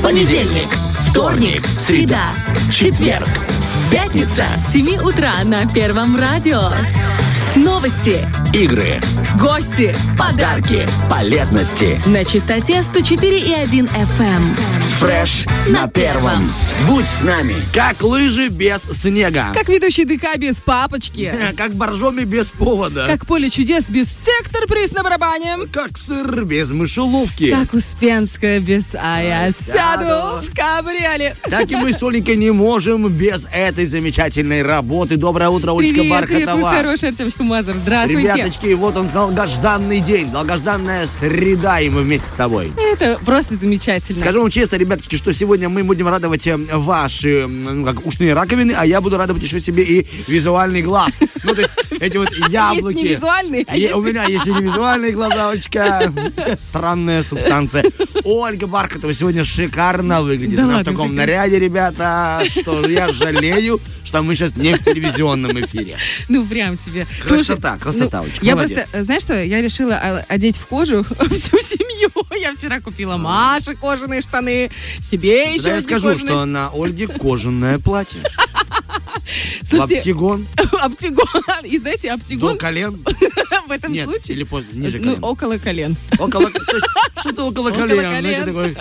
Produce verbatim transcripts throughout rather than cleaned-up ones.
Понедельник, вторник, среда, четверг, пятница с семи утра на Первом радио. Новости, игры, гости, подарки, полезности. На частоте сто четыре и один эф эм. Фреш на первом. Будь с нами. Как лыжи без снега. Как ведущий ДК без папочки. Как боржоми без повода. Как поле чудес без сектор-приз на барабане. Как сыр без мышеловки. Как Успенская без «А я сяду в кабриолет». Так и мы с Оленькой не можем без этой замечательной работы. Доброе утро, Олечка Привет, Бархатова. привет, мой хороший Артемочка Мазур. Здравствуйте. Ребяточки, вот он, долгожданный день, долгожданная среда, и мы вместе с тобой. Это просто замечательно. Скажу вам честно, ребяточки, что сегодня мы будем радовать ваши, ну, как ушные раковины, а я буду радовать еще себе и визуальный глаз. Ну, то есть эти вот яблоки. Есть не визуальный, а есть... У меня есть и не визуальные глаза, Олечка. Странная субстанция. Ольга Бархатова сегодня шикарно выглядит. Да Она ладно, в таком ты... наряде, ребята, что я жалею, что мы сейчас не в телевизионном эфире. Ну, прям тебе. Красота, красота, ну, Олечка, я молодец. просто, знаешь что, я решила одеть в кожу всю семью. Я вчера купила Маше кожаные штаны, себе еще Да, я скажу, кожаные. что на Ольге кожаное платье. Слушайте, Оптигон. Оптигон. И знаете, оптигон... До колен. В этом Нет, случае... или после, ниже Ну, колен. около колен. Около, то есть, что-то около, Около колен. колен. Знаете, такой...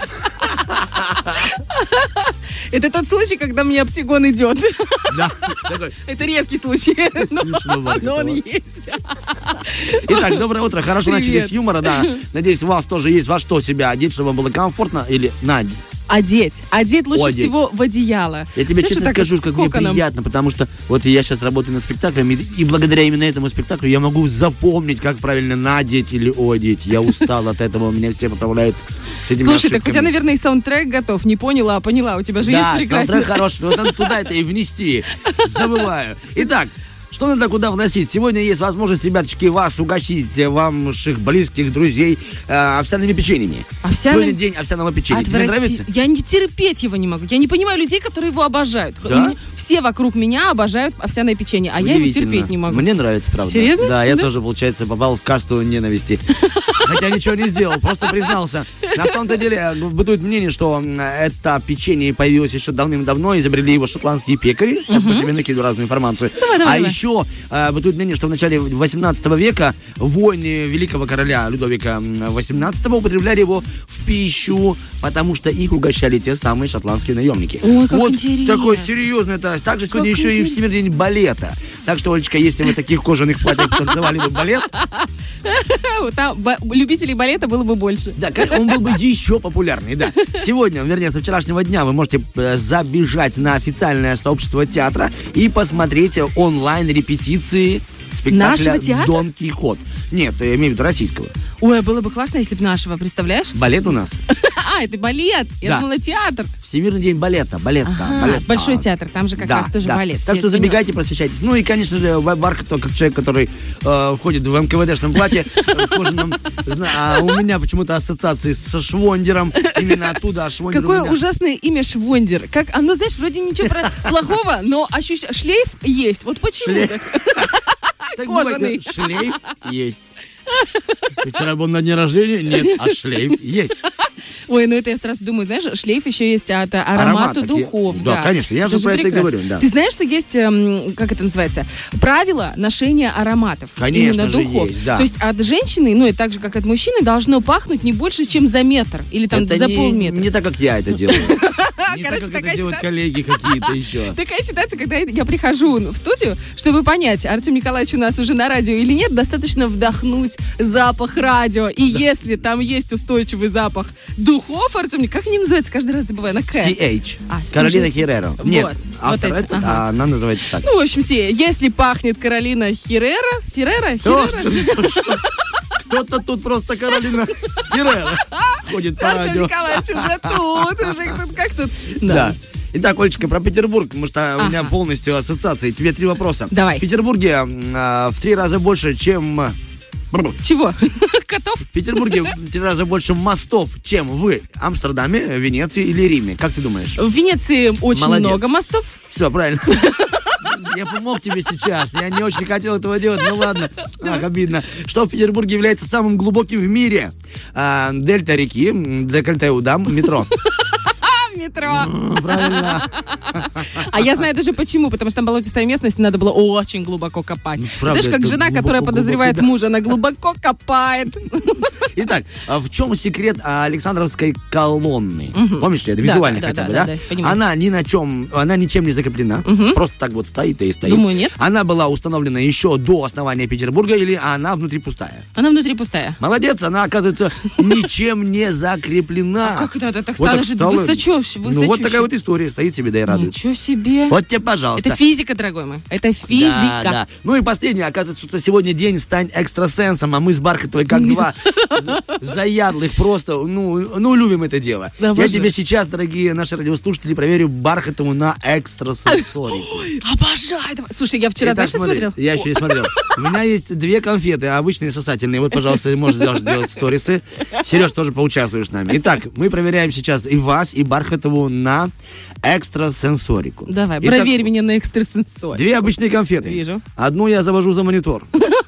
Это тот случай, когда мне оптигон идет. Да, такой. Это резкий случай. Но, Смешно, но он есть. Итак, доброе утро. Хорошо Привет. начали с юмора, да. Надеюсь, у вас тоже есть во что себя одеть, чтобы вам было комфортно. Или на Одеть. Одеть лучше Одеть. всего в одеяло. Я тебе Знаешь, честно вот так скажу, вот как мне коконом. приятно, потому что вот я сейчас работаю над спектаклем, и, и благодаря именно этому спектаклю я могу запомнить, как правильно надеть или одеть. Я устал от этого, меня все поправляют с этими Слушай, так у ошибками. тебя, наверное, и саундтрек готов. Не поняла, а поняла. У тебя же Да, есть прекрасный. саундтрек хороший, вот надо туда это и внести. Забываю. Итак, что надо куда вносить? Сегодня есть возможность, ребяточки, вас угостить, ваших близких, друзей, э, овсяными печеньями. Овсяным? Сегодня день овсяного печенья. Тебе Отврати- нравится? Я не терпеть его не могу. Я не понимаю людей, которые его обожают. Да? Мне- Все вокруг меня обожают овсяное печенье, а я его Удивительно. терпеть не могу. Мне нравится, правда. Серьезно? Да, я Да? тоже, получается, попал в касту ненависти. Хотя ничего не сделал, просто признался. На самом-то деле, бытует мнение, что это печенье появилось еще давным-давно, изобрели его шотландские пекари. Я по себе накидываю разную информацию. Давай, давай, а давай. еще э, бытует мнение, что в начале восемнадцатого века воины великого короля Людовика восемнадцатого употребляли его в пищу, потому что их угощали те самые шотландские наемники. Ой, как вот интересно. такой серьезный. Это также сегодня Как еще и интересно. Всемирный день балета. Так что, Олечка, если вы таких кожаных платьев танцевали бы балет, Там ба- любителей балета было бы больше. да, как- он был бы еще популярней, да. Сегодня, вернее, со вчерашнего дня вы можете э, забежать на официальное сообщество театра и посмотреть онлайн-репетиции спектакля Нашего театра? «Дон Кихот». Нет, я имею в виду российского. Ой, было бы классно, если бы нашего, представляешь? Балет у нас. А, это балет. Я Да. думала, театр. Всемирный день балета. Балет, Ага, да, балет. Большой да. театр, там же как Да, раз тоже да. балет. Так Все что это забегайте, просвещайтесь. Ну и, конечно же, Бархатова, как человек, который э, входит в эм ка вэ дэшном платье, в кожаном, зна- а у меня почему-то ассоциации со Швондером. Именно оттуда, а Швондер у Какое меня- ужасное имя Швондер. Как, оно, знаешь, вроде ничего про- плохого, но ощущ... шлейф есть. Вот почему Шлейф. так? Так бывает, Кожаный. да, шлейф есть. Вчера был на дне рождения? Нет, а шлейф есть. Ой, ну это я сразу думаю, знаешь, шлейф еще есть от а, Аромат аромата такие. духов. Да, конечно, я же Это про это и прекрасно. говорю, да. Ты знаешь, что есть, эм, как это называется, правила ношения ароматов? Конечно именно же духов. есть, да. То есть от женщины, ну и так же, как от мужчины, должно пахнуть не больше, чем за метр. Или там Это за не, полметра. не так, как я это делаю. Не так, Короче, как такая это делают ситуация. коллеги какие-то еще. Такая ситуация, когда я прихожу в студию, чтобы понять, Артем Николаевич у нас уже на радио или нет, достаточно вдохнуть запах радио. И если там есть устойчивый запах духов, Артем, Ник- как они называются? Каждый раз забываю, на К. си эйч. А, Каролина слушай, Херреро. вот, Нет, вот автор эти, этот, ага. а она называется так. Ну, в общем, все, если пахнет Каролина Херрера, Феррера, Кто- Херрера, Кто-то тут просто Каролина Херреро ходит по Артем радио. Николаевич уже тут, уже тут, как тут. Да. Итак, Олечка, про Петербург, потому что у меня Ага. полностью ассоциации. Тебе три вопроса. Давай. В Петербурге а, в три раза больше, чем... Бррр. Чего? Котов? В Петербурге в три раза больше мостов, чем в Амстердаме, Венеции или Риме. Как ты думаешь? В Венеции очень Молодец. много мостов. Все, правильно. Я помог тебе сейчас. Я не очень хотел этого делать, ну ладно. Ах, обидно. Что в Петербурге является самым глубоким в мире? А, дельта реки, декольте удам, метро. метро. Правильно. А я знаю даже почему, потому что там болотистая местность, надо было очень глубоко копать. Правда, Знаешь, как это жена, глубоко, которая подозревает глубоко, да. мужа, она глубоко копает. Итак, а в чем секрет Александровской колонны? Мгм. Помнишь, это Да, визуально да, хотя да, бы, да, да? да, понимаю. Она ни на чем, она ничем не закреплена, Мгм. просто так вот стоит и стоит. Думаю, нет. Она была установлена еще до основания Петербурга, или она внутри пустая? Она внутри пустая. Молодец, она, оказывается, ничем не закреплена. А как это? Это так Вот стало так же стало. высочёще, Ну, вот высочёще. такая вот история, стоит себе, да и радует. Ничего себе. Вот тебе, пожалуйста. Это физика, дорогой мой. Это Да, физика. да. Ну и последнее, оказывается, что сегодня день «Стань экстрасенсом», а мы с Бархатовой как два за- заядлых просто, ну, ну, любим это дело. Да, Я обожаю. тебе сейчас, дорогие наши радиослушатели, проверю Бархатову на экстрасенсорику. Обожаю. Давай. Слушай, я вчера, Итак, знаешь, что смотри, смотрел? я еще не смотрел. У меня есть две конфеты, обычные сосательные. Вот, пожалуйста, можешь даже делать сторисы. Сереж, тоже поучаствуешь с нами. Итак, мы проверяем сейчас и вас, и Бархатову на экстрасенсорику. Давай, Итак, проверь меня на экстрасенсорику. Две обычные конфеты. Вижу. Одну я завожу за монитор.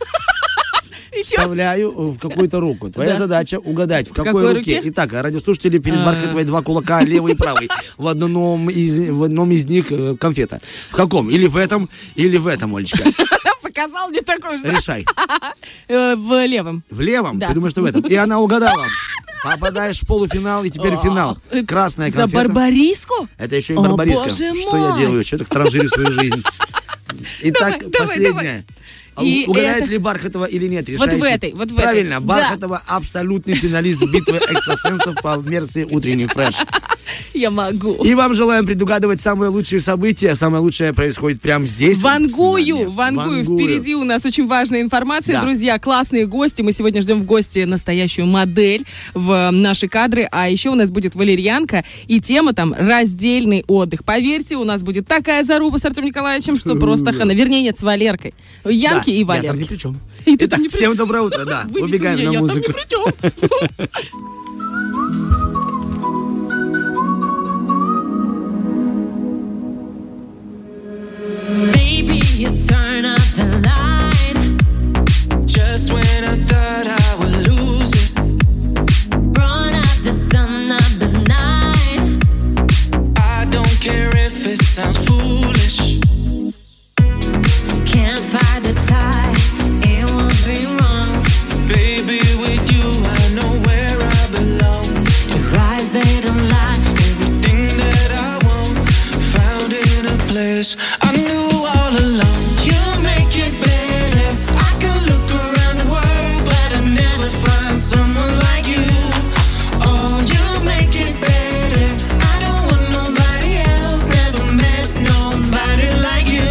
И чё? Вставляю в какую-то руку. Твоя Да. задача угадать, в, В какой, какой руке. руке? Итак, радиослушатели, перед А. Бархатовой два кулака, левый и правый. В одном из, в одном из них э, конфета. В каком? Или в этом, или в этом, Олечка. Показал мне такой же. Решай. Э, В левом. В левом? Да. Ты думаешь, что в этом? И она угадала. Попадаешь в полуфинал, и теперь финал. Э, Красная За конфета. барбариску? Это еще и О, барбариска. боже Что я мой. делаю? Что так транжирю свою жизнь? Итак, Давай, давай, последняя. А И у- Угадает это- ли Бархатова или нет? Вот Решайте. в этой, вот в этой. Правильно, Да. Бархатова абсолютный финалист битвы экстрасенсов по версии «Утренний фреш». Я могу. И вам желаем предугадывать самые лучшие события. Самое лучшее происходит прямо здесь. Вангую, с нами. вангую. Впереди у нас очень важная информация. Да. Друзья, классные гости. Мы сегодня ждем в гости настоящую модель в наши кадры. А еще у нас будет валерьянка. И тема там раздельный отдых. Поверьте, у нас будет такая заруба с Артемом Николаевичем, что просто хана. Вернее, нет, с Валеркой. Янки Да, и я там Валерки. ни при чем. И ты Итак, там ни при всем доброе утро. Да, Выбеси убегаем меня, на я там ни музыку. при чем. Baby, you turn up the light. Just when I thought I would lose it. Brought out the sun of the night. I don't care if it sounds foolish. Can't fight the tide, it won't be wrong. Baby, with you I know where I belong. Your eyes, they don't lie. Everything that I want, found in a place I knew all along. You make it better. I could look around the world, but I never find someone like you. Oh, you make it better. I don't want nobody else. Never met nobody like you.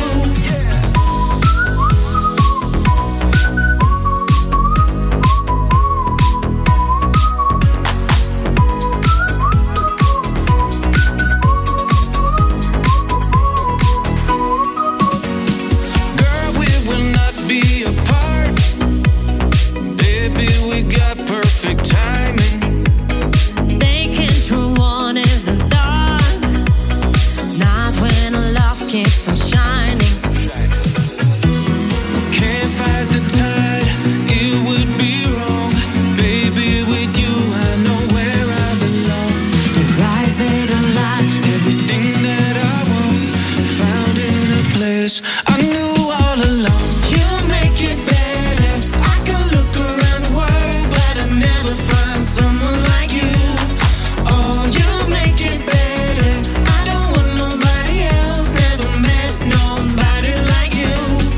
Girl, we will not be apart. Baby, we got perfect timing. Thinking true one is the dark. Not when a love keeps on shining. Can't fight the tide, it would be wrong. Baby, with you I know where I belong. Your eyes, they don't lie. Everything that I want, found in a place I knew all along. You make it better. I can look around the world, but I never find someone like you. Oh, you make it better. I don't want nobody else. Never met nobody like you.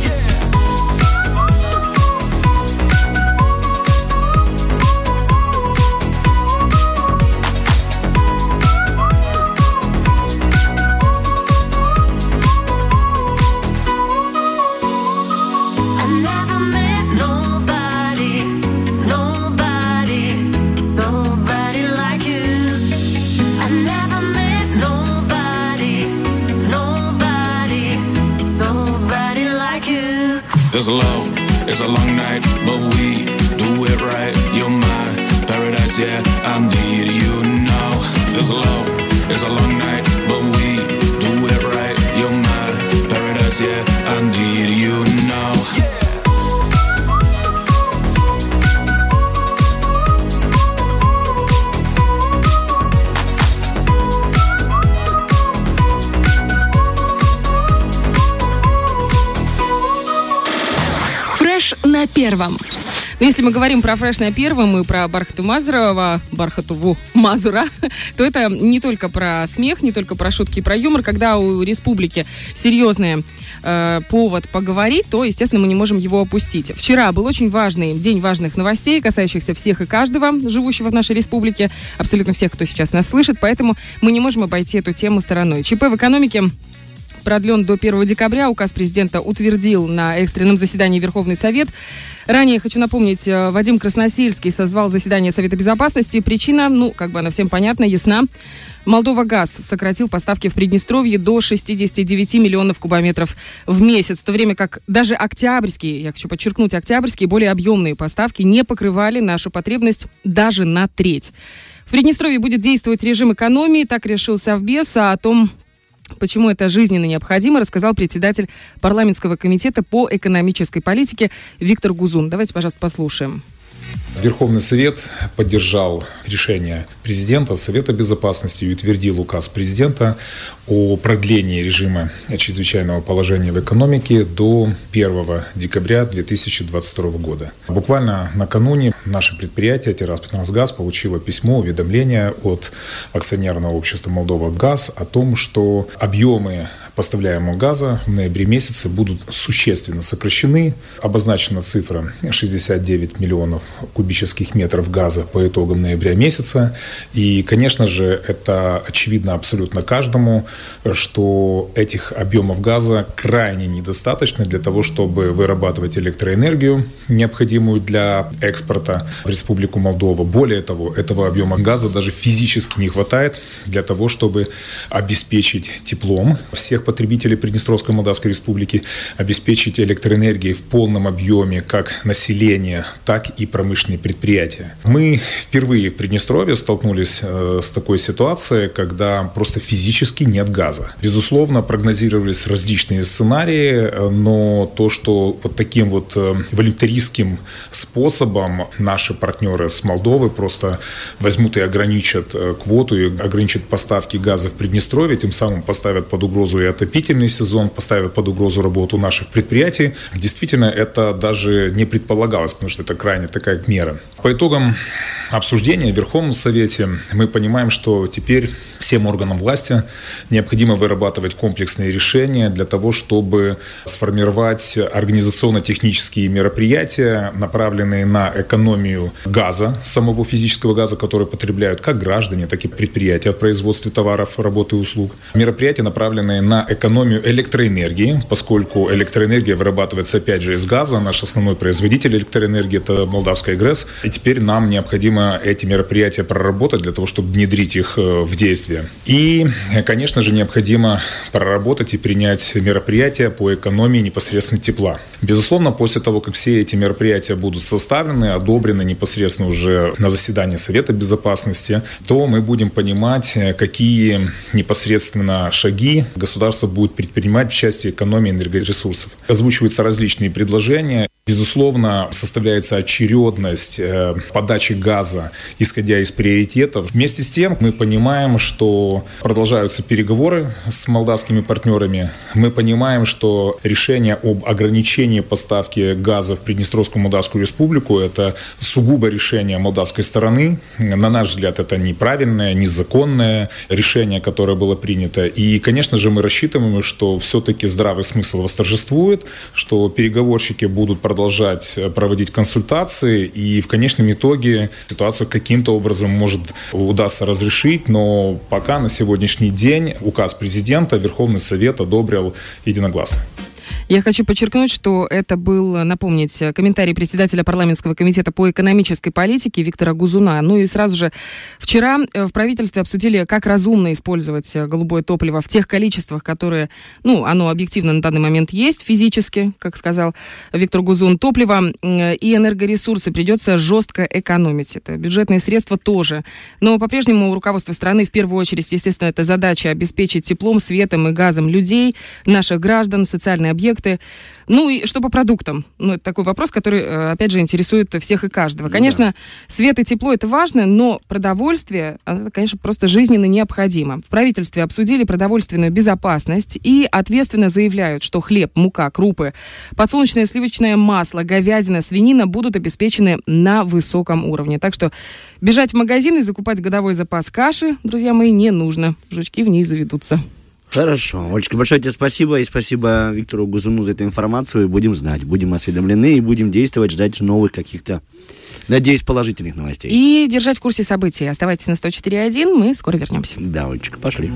I never met nobody, nobody, nobody like you. I never met nobody, nobody, nobody like you. It's low, it's a long night, but we do it right. You're my paradise, yeah, I need you now. It's low, it's a long night, but we do it right. You're my paradise, yeah, I need you now. на Первом. Но если мы говорим про фреш на Первом и про Бархату Мазурова, Бархатову Мазура, то это не только про смех, не только про шутки и про юмор. Когда у республики серьезный э, повод поговорить, то, естественно, мы не можем его опустить. Вчера был очень важный день важных новостей, касающихся всех и каждого, живущего в нашей республике, абсолютно всех, кто сейчас нас слышит, поэтому мы не можем обойти эту тему стороной. ЧП в экономике продлен до первого декабря. Указ президента утвердил на экстренном заседании Верховный Совет. Ранее, хочу напомнить, Вадим Красносельский созвал заседание Совета Безопасности. Причина, ну, как бы она всем понятна, ясна. Молдова-Газ сократил поставки в Приднестровье до шестьдесят девять миллионов кубометров в месяц, в то время как даже октябрьские, я хочу подчеркнуть, октябрьские, более объемные поставки не покрывали нашу потребность даже на треть. В Приднестровье будет действовать режим экономии, так решил Совбез, а о том, почему это жизненно необходимо, рассказал председатель парламентского комитета по экономической политике Виктор Гузун. Давайте, пожалуйста, послушаем. Верховный Совет поддержал решение президента, Совета Безопасности и утвердил указ президента о продлении режима чрезвычайного положения в экономике до первого декабря две тысячи двадцать второго года. Буквально накануне наше предприятие «Тираспетронсгаз» получило письмо, уведомление от акционерного общества «Молдова-Газ» о том, что объемы поставляемого газа в ноябре месяце будут существенно сокращены. Обозначена цифра шестьдесят девять миллионов кубических метров газа по итогам ноября месяца. И, конечно же, это очевидно абсолютно каждому, что этих объемов газа крайне недостаточно для того, чтобы вырабатывать электроэнергию, необходимую для экспорта в Республику Молдова. Более того, этого объема газа даже физически не хватает для того, чтобы обеспечить теплом всех потребителей Приднестровской Молдавской Республики, обеспечить электроэнергией в полном объеме как население, так и промышленные предприятия. Мы впервые в Приднестровье столкнулись э, с такой ситуацией, когда просто физически нет газа. Безусловно, прогнозировались различные сценарии, но то, что вот таким вот э, волюнтаристским способом наши партнеры с Молдовы просто возьмут и ограничат э, квоту, и ограничат поставки газа в Приднестровье, тем самым поставят под угрозу и отопительный сезон, поставят под угрозу работу наших предприятий. Действительно, это даже не предполагалось, потому что это крайне такая мера. По итогам обсуждения в Верховном Совете мы понимаем, что теперь всем органам власти необходимо вырабатывать комплексные решения для того, чтобы сформировать организационно-технические мероприятия, направленные на экономию газа, самого физического газа, который потребляют как граждане, так и предприятия в производстве товаров, работы и услуг. Мероприятия, направленные на экономию электроэнергии, поскольку электроэнергия вырабатывается опять же из газа. Наш основной производитель электроэнергии – это молдавская ГРЭС. И теперь нам необходимо эти мероприятия проработать для того, чтобы внедрить их в действие. И, конечно же, необходимо проработать и принять мероприятия по экономии непосредственно тепла. Безусловно, после того, как все эти мероприятия будут составлены, одобрены непосредственно уже на заседании Совета Безопасности, то мы будем понимать, какие непосредственно шаги государство будет предпринимать в части экономии энергоресурсов. Озвучиваются различные предложения. Безусловно, составляется очередность э, подачи газа, исходя из приоритетов. Вместе с тем мы понимаем, что продолжаются переговоры с молдавскими партнерами. Мы понимаем, что решение об ограничении поставки газа в Приднестровскую Молдавскую Республику – это сугубо решение молдавской стороны. На наш взгляд, это неправильное, незаконное решение, которое было принято. И, конечно же, мы рассчитываем, что все-таки здравый смысл восторжествует, что переговорщики будут продолжать продолжать проводить консультации, и в конечном итоге ситуацию каким-то образом может удастся разрешить, но пока на сегодняшний день указ президента Верховный Совет одобрил единогласно. Я хочу подчеркнуть, что это был, напомнить, комментарий председателя парламентского комитета по экономической политике Виктора Гузуна. Ну и сразу же вчера в правительстве обсудили, как разумно использовать голубое топливо в тех количествах, которые, ну, оно объективно на данный момент есть физически, как сказал Виктор Гузун. Топливо и энергоресурсы придется жестко экономить. Это бюджетные средства тоже. Но по-прежнему у руководства страны в первую очередь, естественно, это задача обеспечить теплом, светом и газом людей, наших граждан, социальный объект, продукты. Ну и что по продуктам? Ну, это такой вопрос, который, э, опять же, интересует всех и каждого. Конечно, свет и тепло — это важно, но продовольствие, это, конечно, просто жизненно необходимо. В правительстве обсудили продовольственную безопасность и ответственно заявляют, что хлеб, мука, крупы, подсолнечное сливочное масло, говядина, свинина будут обеспечены на высоком уровне. Так что бежать в магазин и закупать годовой запас каши, друзья мои, не нужно. Жучки в ней заведутся. Хорошо. Олечка, большое тебе спасибо. И спасибо Виктору Гузуну за эту информацию. Будем знать, будем осведомлены и будем действовать, ждать новых каких-то, надеюсь, положительных новостей. И держать в курсе событий. Оставайтесь на сто четыре один, мы скоро вернемся. Да, Олечка, пошли.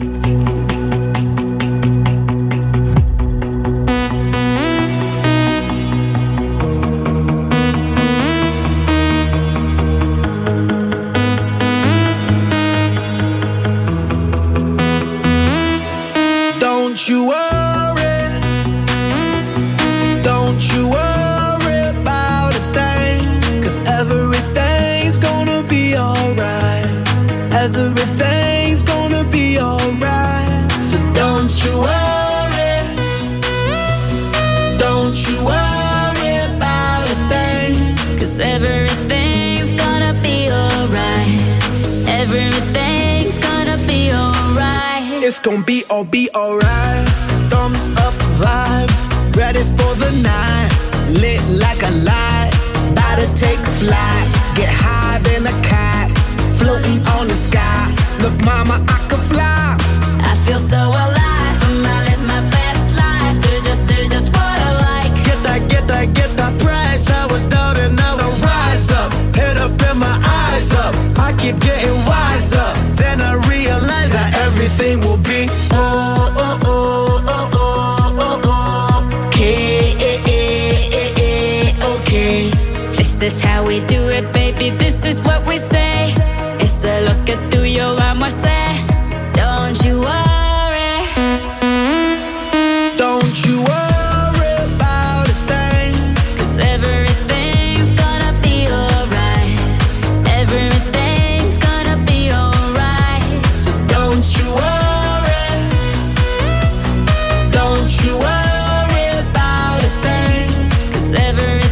Don't you worry, don't you worry about a thing, 'cause everything's gonna be alright, everything's gonna be alright, so don't you worry, don't you worry about a thing, 'cause everything's gonna be alright, everything's gonna be alright, it's gonna be all be alright. Thumbs up vibe, ready for the night, lit like a light, about to take a flight, get high than a cat, floating on the sky, look mama I can fly, I feel so alive, and I live my best life, do just, do just what I like, get that, get that, get that price, I was down and now I rise up, head up and my eyes up, I keep getting wiser, then I realize that everything will be oh, oh, oh. This is how we do it, baby, this is what we say. It's a look at through your armor, say, don't you worry, don't you worry about a thing, 'cause everything's gonna be alright, everything's gonna be alright, so don't you worry, don't you worry about a thing, 'cause everything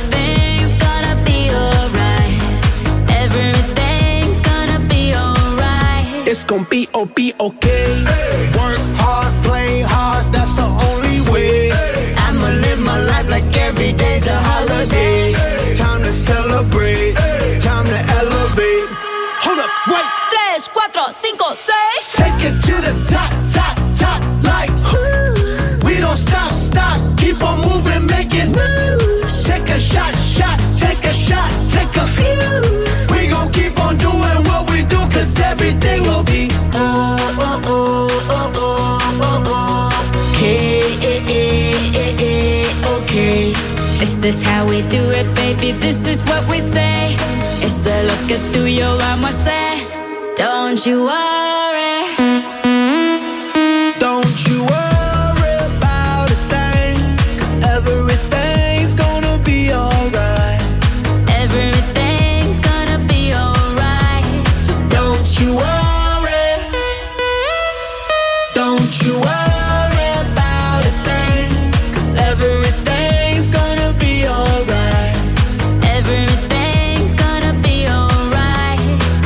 it's gon' be, oh, be okay. Hey. Work hard, play hard, that's the only way. Hey. I'ma live my life like every day's a holiday. Hey. Time to celebrate, hey. Time to elevate. Hold up, wait. Tres, cuatro, cinco, seis. Take it to the top, top, top, like ooh. We don't stop, stop, keep on moving, making moves. Take a shot, shot, take a shot, take a few. We gon' keep on doing what we do, 'cause everything will be oh, oh, oh, oh, oh, oh, oh. Okay, okay. This is how we do it, baby, this is what we say. It's a look at through your armor, say, don't you worry, don't you worry about a thing, 'cause everything's gonna be alright, everything's gonna be alright, so don't you worry, don't you worry about a thing, 'cause everything's gonna be alright, everything's gonna be alright.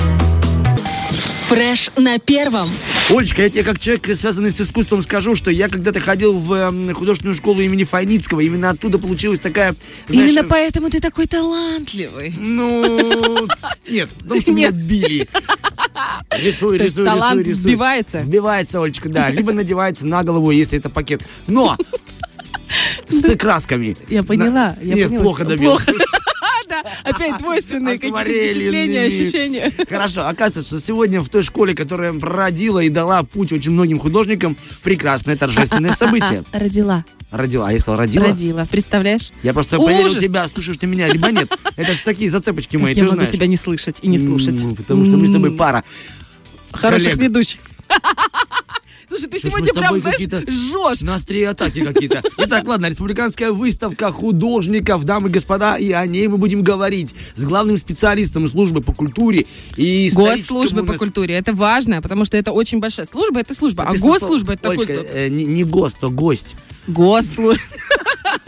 Фреш на первом. Олечка, я тебе как человек, связанный с искусством, скажу, что я когда-то ходил в э, художественную школу имени Файницкого. Именно оттуда получилась такая... Знаешь, Именно поэтому ты такой талантливый. Ну, нет, потому что меня отбили. Рисуй, То есть рисуй, талант рисуй, рисуй. вбивается? Вбивается, Олечка, да. Либо надевается на голову, если это пакет. Но с красками. Я поняла, я Нет, поняла. плохо добился. Да, опять двойственные какие-то Акварельными. впечатления, ощущения. Хорошо, оказывается, что сегодня в той школе, которая родила и дала путь очень многим художникам, прекрасное торжественное событие. Родила. Родила, а я сказал родила? Родила, представляешь? Я просто Ужас. проверил тебя, слушаешь ты меня, либо нет. Это же такие зацепочки мои, Я ты могу знаешь. тебя не слышать и не слушать. Ну, потому что мы с тобой пара. Хороших коллег. ведущих. Слушай, ты Что ж сегодня мы с прям, тобой знаешь, какие-то жжешь. На острие атаки какие-то. Итак, ладно, республиканская выставка художников, дамы и господа, и о ней мы будем говорить с главным специалистом службы по культуре и Госслужбы историческому по нас- культуре. Это важно, потому что это очень большая служба. Это служба. А Написано госслужба это слово- такой... Олечка, э, не, не гость, а гость. Госслужба.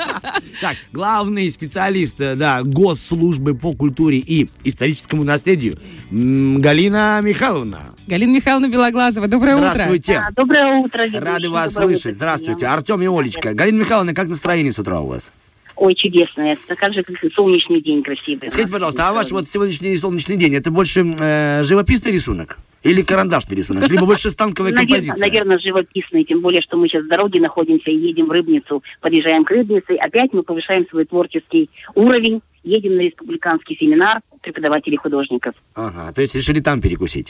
Так, главный специалист, э, да, Госслужбы по культуре и историческому наследию м, Галина Михайловна. Галина Михайловна Белоглазова, доброе утро. Здравствуйте. Да, доброе утро, ведущий. Рады вас Доброе слышать. утро, Здравствуйте. Ксения. Артем и Олечка. Галина Михайловна, как настроение с утра у вас? Ой, чудесно. Это так же, как и солнечный день красивый. Скажите, пожалуйста, а ваш вот сегодняшний солнечный день, это больше э, живописный рисунок или карандашный рисунок? Либо больше станковая Наверное, композиция? наверное, живописный, тем более, что мы сейчас в дороге находимся и едем в Рыбницу, подъезжаем к Рыбнице, опять мы повышаем свой творческий уровень, едем на республиканский семинар преподавателей художников. Ага, то есть решили там перекусить.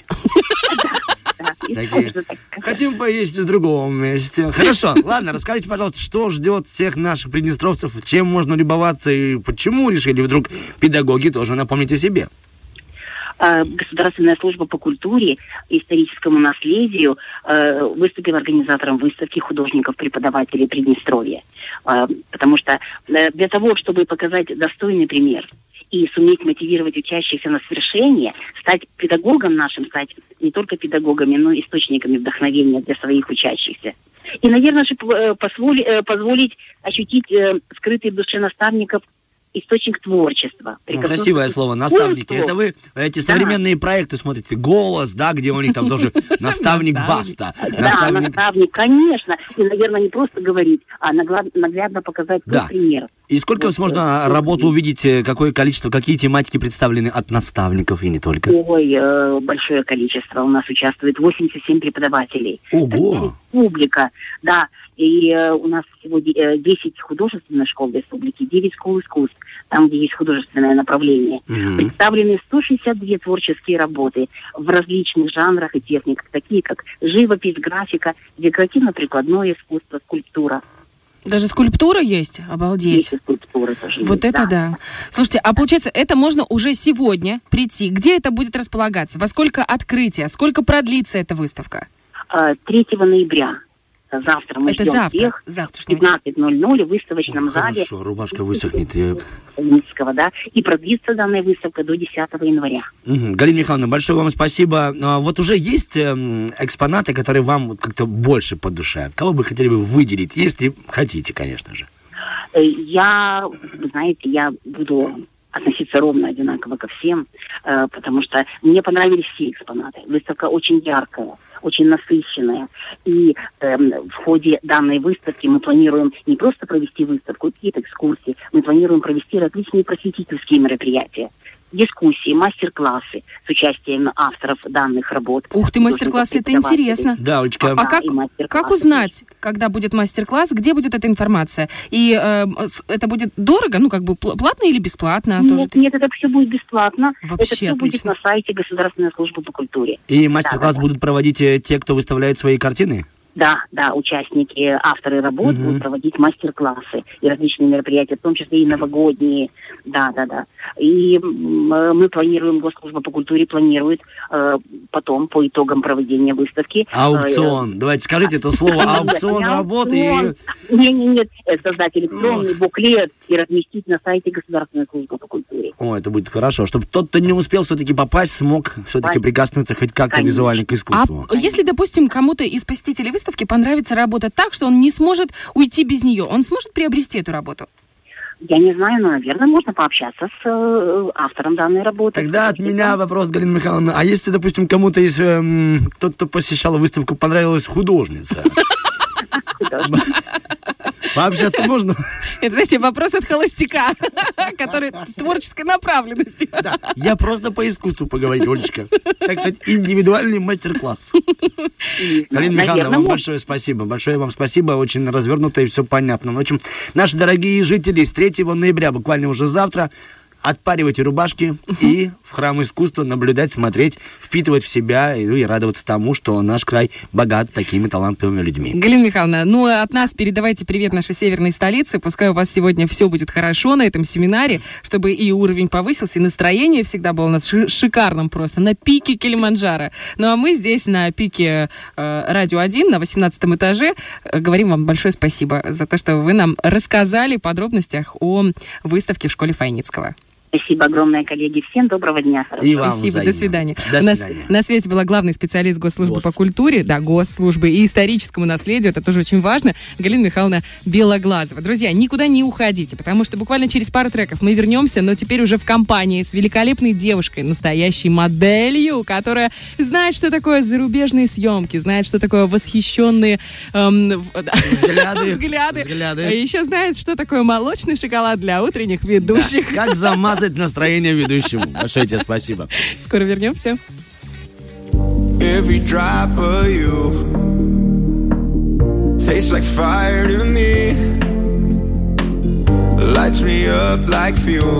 Да, и Такие. тоже так. Хотим поесть в другом месте. Хорошо, ладно, расскажите, пожалуйста, что ждет всех наших приднестровцев, чем можно любоваться и почему решили вдруг педагоги тоже напомнить о себе? э, Государственная служба по культуре и историческому наследию э, выступила организатором выставки художников-преподавателей Приднестровья. Э, потому что э, для того, чтобы показать достойный пример и суметь мотивировать учащихся на свершение, стать педагогом нашим, стать не только педагогами, но и источниками вдохновения для своих учащихся. И, наверное, же э, позволи- э, позволить ощутить э, скрытый в душе наставников источник творчества. Ну, красивое слово, наставники. Это вы эти современные проекты смотрите, «Голос», да, где у них там тоже наставник Баста. Да, наставник, конечно. И, наверное, не просто говорить, а нагла- наглядно показать Да. тот пример. И сколько Вот, можно э, работу увидеть, э, какое количество, какие тематики представлены от наставников и не только? Ой, э, большое количество. У нас участвует восемьдесят семь преподавателей. Ого! Республика, да. И э, у нас всего де- э, десять художественных школ республики, девять школ искусств, там, где есть художественное направление. Мгм. Представлены сто шестьдесят две творческие работы в различных жанрах и техниках, такие как живопись, графика, декоративно-прикладное искусство, скульптура. Даже скульптура есть? Обалдеть. Есть и скульптуры тоже. Вот есть, это да. Слушайте, а получается, это можно уже сегодня прийти. Где это будет располагаться? Во сколько открытие? Сколько продлится эта выставка? А, третьего ноября. Завтра мы Это ждем завтра, всех в завтрашнего. пятнадцать ноль ноль в выставочном зале Хорошо, рубашка высохнет. я- Ленинского, да, и продлится данная выставка до десятого января. Мгм. Галина Михайловна, большое вам спасибо. А вот уже есть эм, экспонаты, которые вам вот как-то больше по душе? Кого бы хотели бы выделить, если хотите, конечно же? Э, Я, вы знаете, я буду относиться ровно одинаково ко всем, э, потому что мне понравились все экспонаты. Выставка очень яркая, очень насыщенная. И эм, в ходе данной выставки мы планируем не просто провести выставку, какие-то экскурсии, мы планируем провести различные просветительские мероприятия, дискуссии, мастер-классы с участием авторов данных работ. Ух ты, мастер-классы, это интересно. Да, Олечка. А Да, как, и мастер-классы как узнать, когда будет мастер-класс, где будет эта информация? И э, с- это будет дорого, ну как бы пл- платно или бесплатно? Нет, Тоже? нет, это все будет бесплатно. Вообще это все будет отлично. на сайте Государственной службы по культуре. И мастер-класс Да, да, да. будут проводить э, те, кто выставляет свои картины? Да, да, участники, авторы работ Мгм. будут проводить мастер-классы и различные мероприятия, в том числе и новогодние. Да, да, да. И м, э, мы планируем, Госслужба по культуре планирует э, потом, по итогам проведения выставки... Аукцион. Давайте скажите это слово. Аукцион работы. и- Нет, нет, нет, э, создать электронный буклет и разместить на сайте Государственной службы по культуре. О, это будет хорошо, чтобы тот, кто не успел все-таки попасть, смог все-таки Конечно. прикоснуться хоть как-то Конечно. визуально к А искусству. если, допустим, кому-то из посетителей выставки понравится работа так, что он не сможет уйти без нее, он сможет приобрести эту работу? Я не знаю, но, наверное, можно пообщаться с э, автором данной работы. Тогда от меня вопрос, Галина Михайловна. А если, допустим, кому-то из эм, тот, кто посещал выставку, понравилась художница, пообщаться можно? Это, знаете, вопрос от холостяка, который с творческой направленностью. Да. Я просто по искусству поговорить, Олечка. Так сказать, индивидуальный мастер-класс. Галина Михайловна, Наверное, вам можно. большое спасибо. Большое вам спасибо. Очень развернуто и все понятно. В общем, наши дорогие жители, с третьего ноября, буквально уже завтра, отпаривайте рубашки и в храм искусства наблюдать, смотреть, впитывать в себя и, ну, и радоваться тому, что наш край богат такими талантливыми людьми. Галина Михайловна, ну от нас передавайте привет нашей северной столице. Пускай у вас сегодня все будет хорошо на этом семинаре, чтобы и уровень повысился, и настроение всегда было у нас ши- шикарным просто, на пике Килиманджаро. Ну а мы здесь на пике э, Радио один на восемнадцатом этаже э, говорим вам большое спасибо за то, что вы нам рассказали в подробностях о выставке в школе Файницкого. Спасибо огромное, коллеги. Всем доброго дня. И вам Спасибо, взаимно. до свидания. До У нас свидания. на связи была главный специалист Госслужбы Гос. по культуре, да, Госслужбы и историческому наследию, это тоже очень важно, Галина Михайловна Белоглазова. Друзья, никуда не уходите, потому что буквально через пару треков мы вернемся, но теперь уже в компании с великолепной девушкой, настоящей моделью, которая знает, что такое зарубежные съемки, знает, что такое восхищенные эм, Взгляды. взгляды, Взгляды. а еще знает, что такое молочный шоколад для утренних ведущих. Как замазать настроение ведущему. Большое тебе спасибо. Скоро вернемся. Every drop of you tastes like fire to me, lights me up like fuel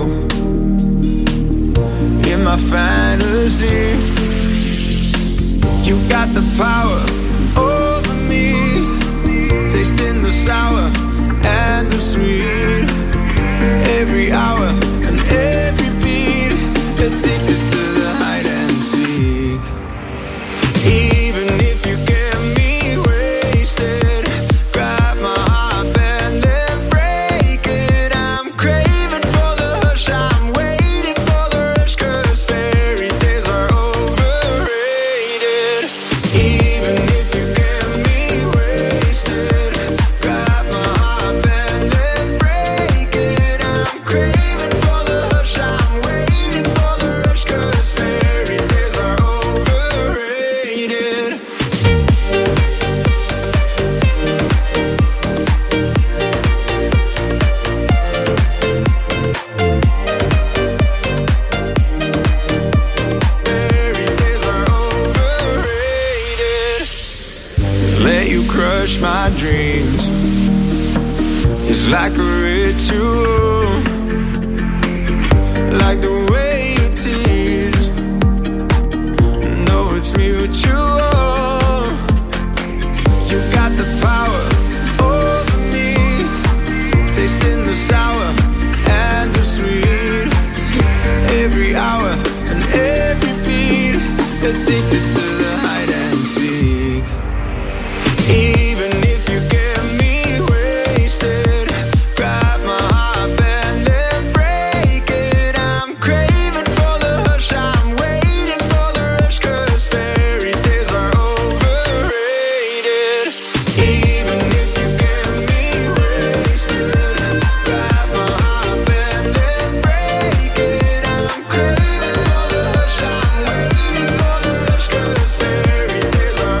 in my fantasy. You got the power over me, tasting the sour and the sweet. Every hour and every beat, addicted to the hide and seek. Even if you get me wasted, grab my heartband and break it. I'm craving for the hush, I'm waiting for the rush, 'cause fairy tales are overrated. Even if you get me wasted, grab my heartband and break it. I'm craving for the hush, I'm waiting for the rush, 'cause fairy tales are overrated. Fairy tales are overrated. Let you crush my dreams. It's like a ritual, like the way you tease. No, it's mutual. You got the power over me, tasting the sour and the sweet. Every hour and every beat, addicted to the hide and seek. Even if you get me wasted, grab my heartband and break it. I'm craving for the hush, I'm waiting for the rush, 'cause fairy tales are overrated. Even if you get me wasted, grab my heartband and break it. I'm craving for the hush, I'm waiting for the rush, 'cause fairy tales are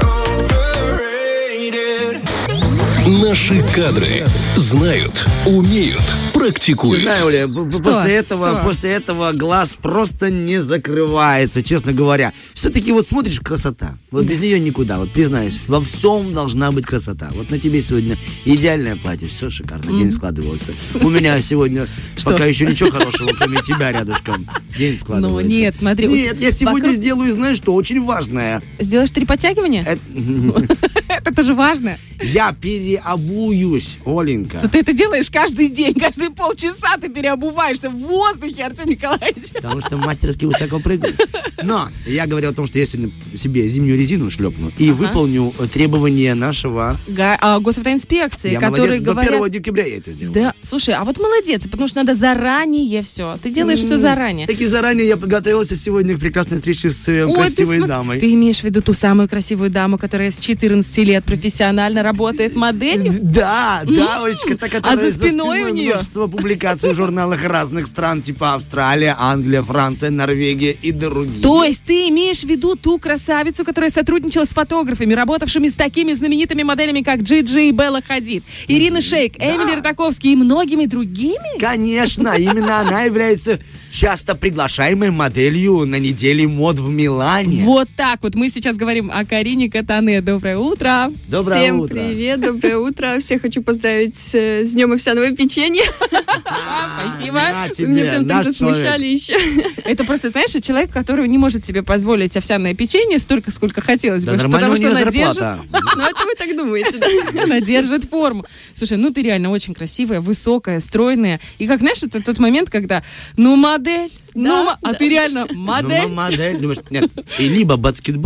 overrated. Наши кадры знают, умеют, практикуют. Знаю, Оля, б- б- Что? после этого, Что? после этого глаз просто не закрывается, честно говоря. Все-таки вот смотришь, красота. Вот без нее никуда. Вот признаюсь, во всем должна быть красота. Вот на тебе сегодня идеальное платье, все шикарно, день складывается. У меня сегодня пока еще ничего хорошего, кроме тебя рядышком. День складывается. Ну, нет, смотри, у Нет, тебя я сегодня вокруг- сделаю, знаешь что, очень важное. Сделаешь три подтягивания? Это- Это тоже важно. Я переобуюсь, Оленька. Ты это делаешь каждый день, каждые полчаса ты переобуваешься в воздухе, Артем Николаевич. Потому что мастерски высоко прыгаю. Но я говорил о том, что я сегодня себе зимнюю резину шлепну и выполню э, требования нашего... Га- а, госавтоинспекции, Я которые молодец, до говорят... первого декабря я это сделал. Да, слушай, а вот молодец, потому что надо заранее все. Ты делаешь все заранее. Так и заранее я подготовился сегодня к прекрасной встрече с э, Ой, красивой ты, смо- дамой. ты имеешь в виду ту самую красивую даму, которая с четырнадцати лет профессионально работает моделью? Да, да, Олечка, та, которая а за спиной у нее? множество публикаций в журналах разных стран, типа Австралия, Англия, Франция, Норвегия и другие. То есть ты имеешь в виду ту красавицу, которая сотрудничала с фотографами, работавшими с такими знаменитыми моделями, как Джи-Джи и Белла Хадид, Ирина Шейк, Эмили Ротаковский и многими другими? Конечно, именно она является часто приглашаемой моделью на неделе мод в Милане. Вот так вот. Мы сейчас говорим о Карине Катане. Доброе утро. Доброе Всем утро. привет, доброе утро. Всех хочу поздравить с, э, с Днем овсяного печенья. Спасибо. На Вы тебе, меня прям так наш засмущали еще. Это просто, знаешь, человек, который не может себе позволить овсяное печенье столько, сколько хотелось Да бы, нормально, потому у что нее она держит, зарплата. Ну, это вы так думаете, да? она держит форму. Слушай, ну ты реально очень красивая, высокая, стройная. И как, знаешь, это тот момент, когда, ну, модель, ну, Да, мо- а да. ты реально Ну, модель. модель. Думаешь, нет, и либо баскетбол,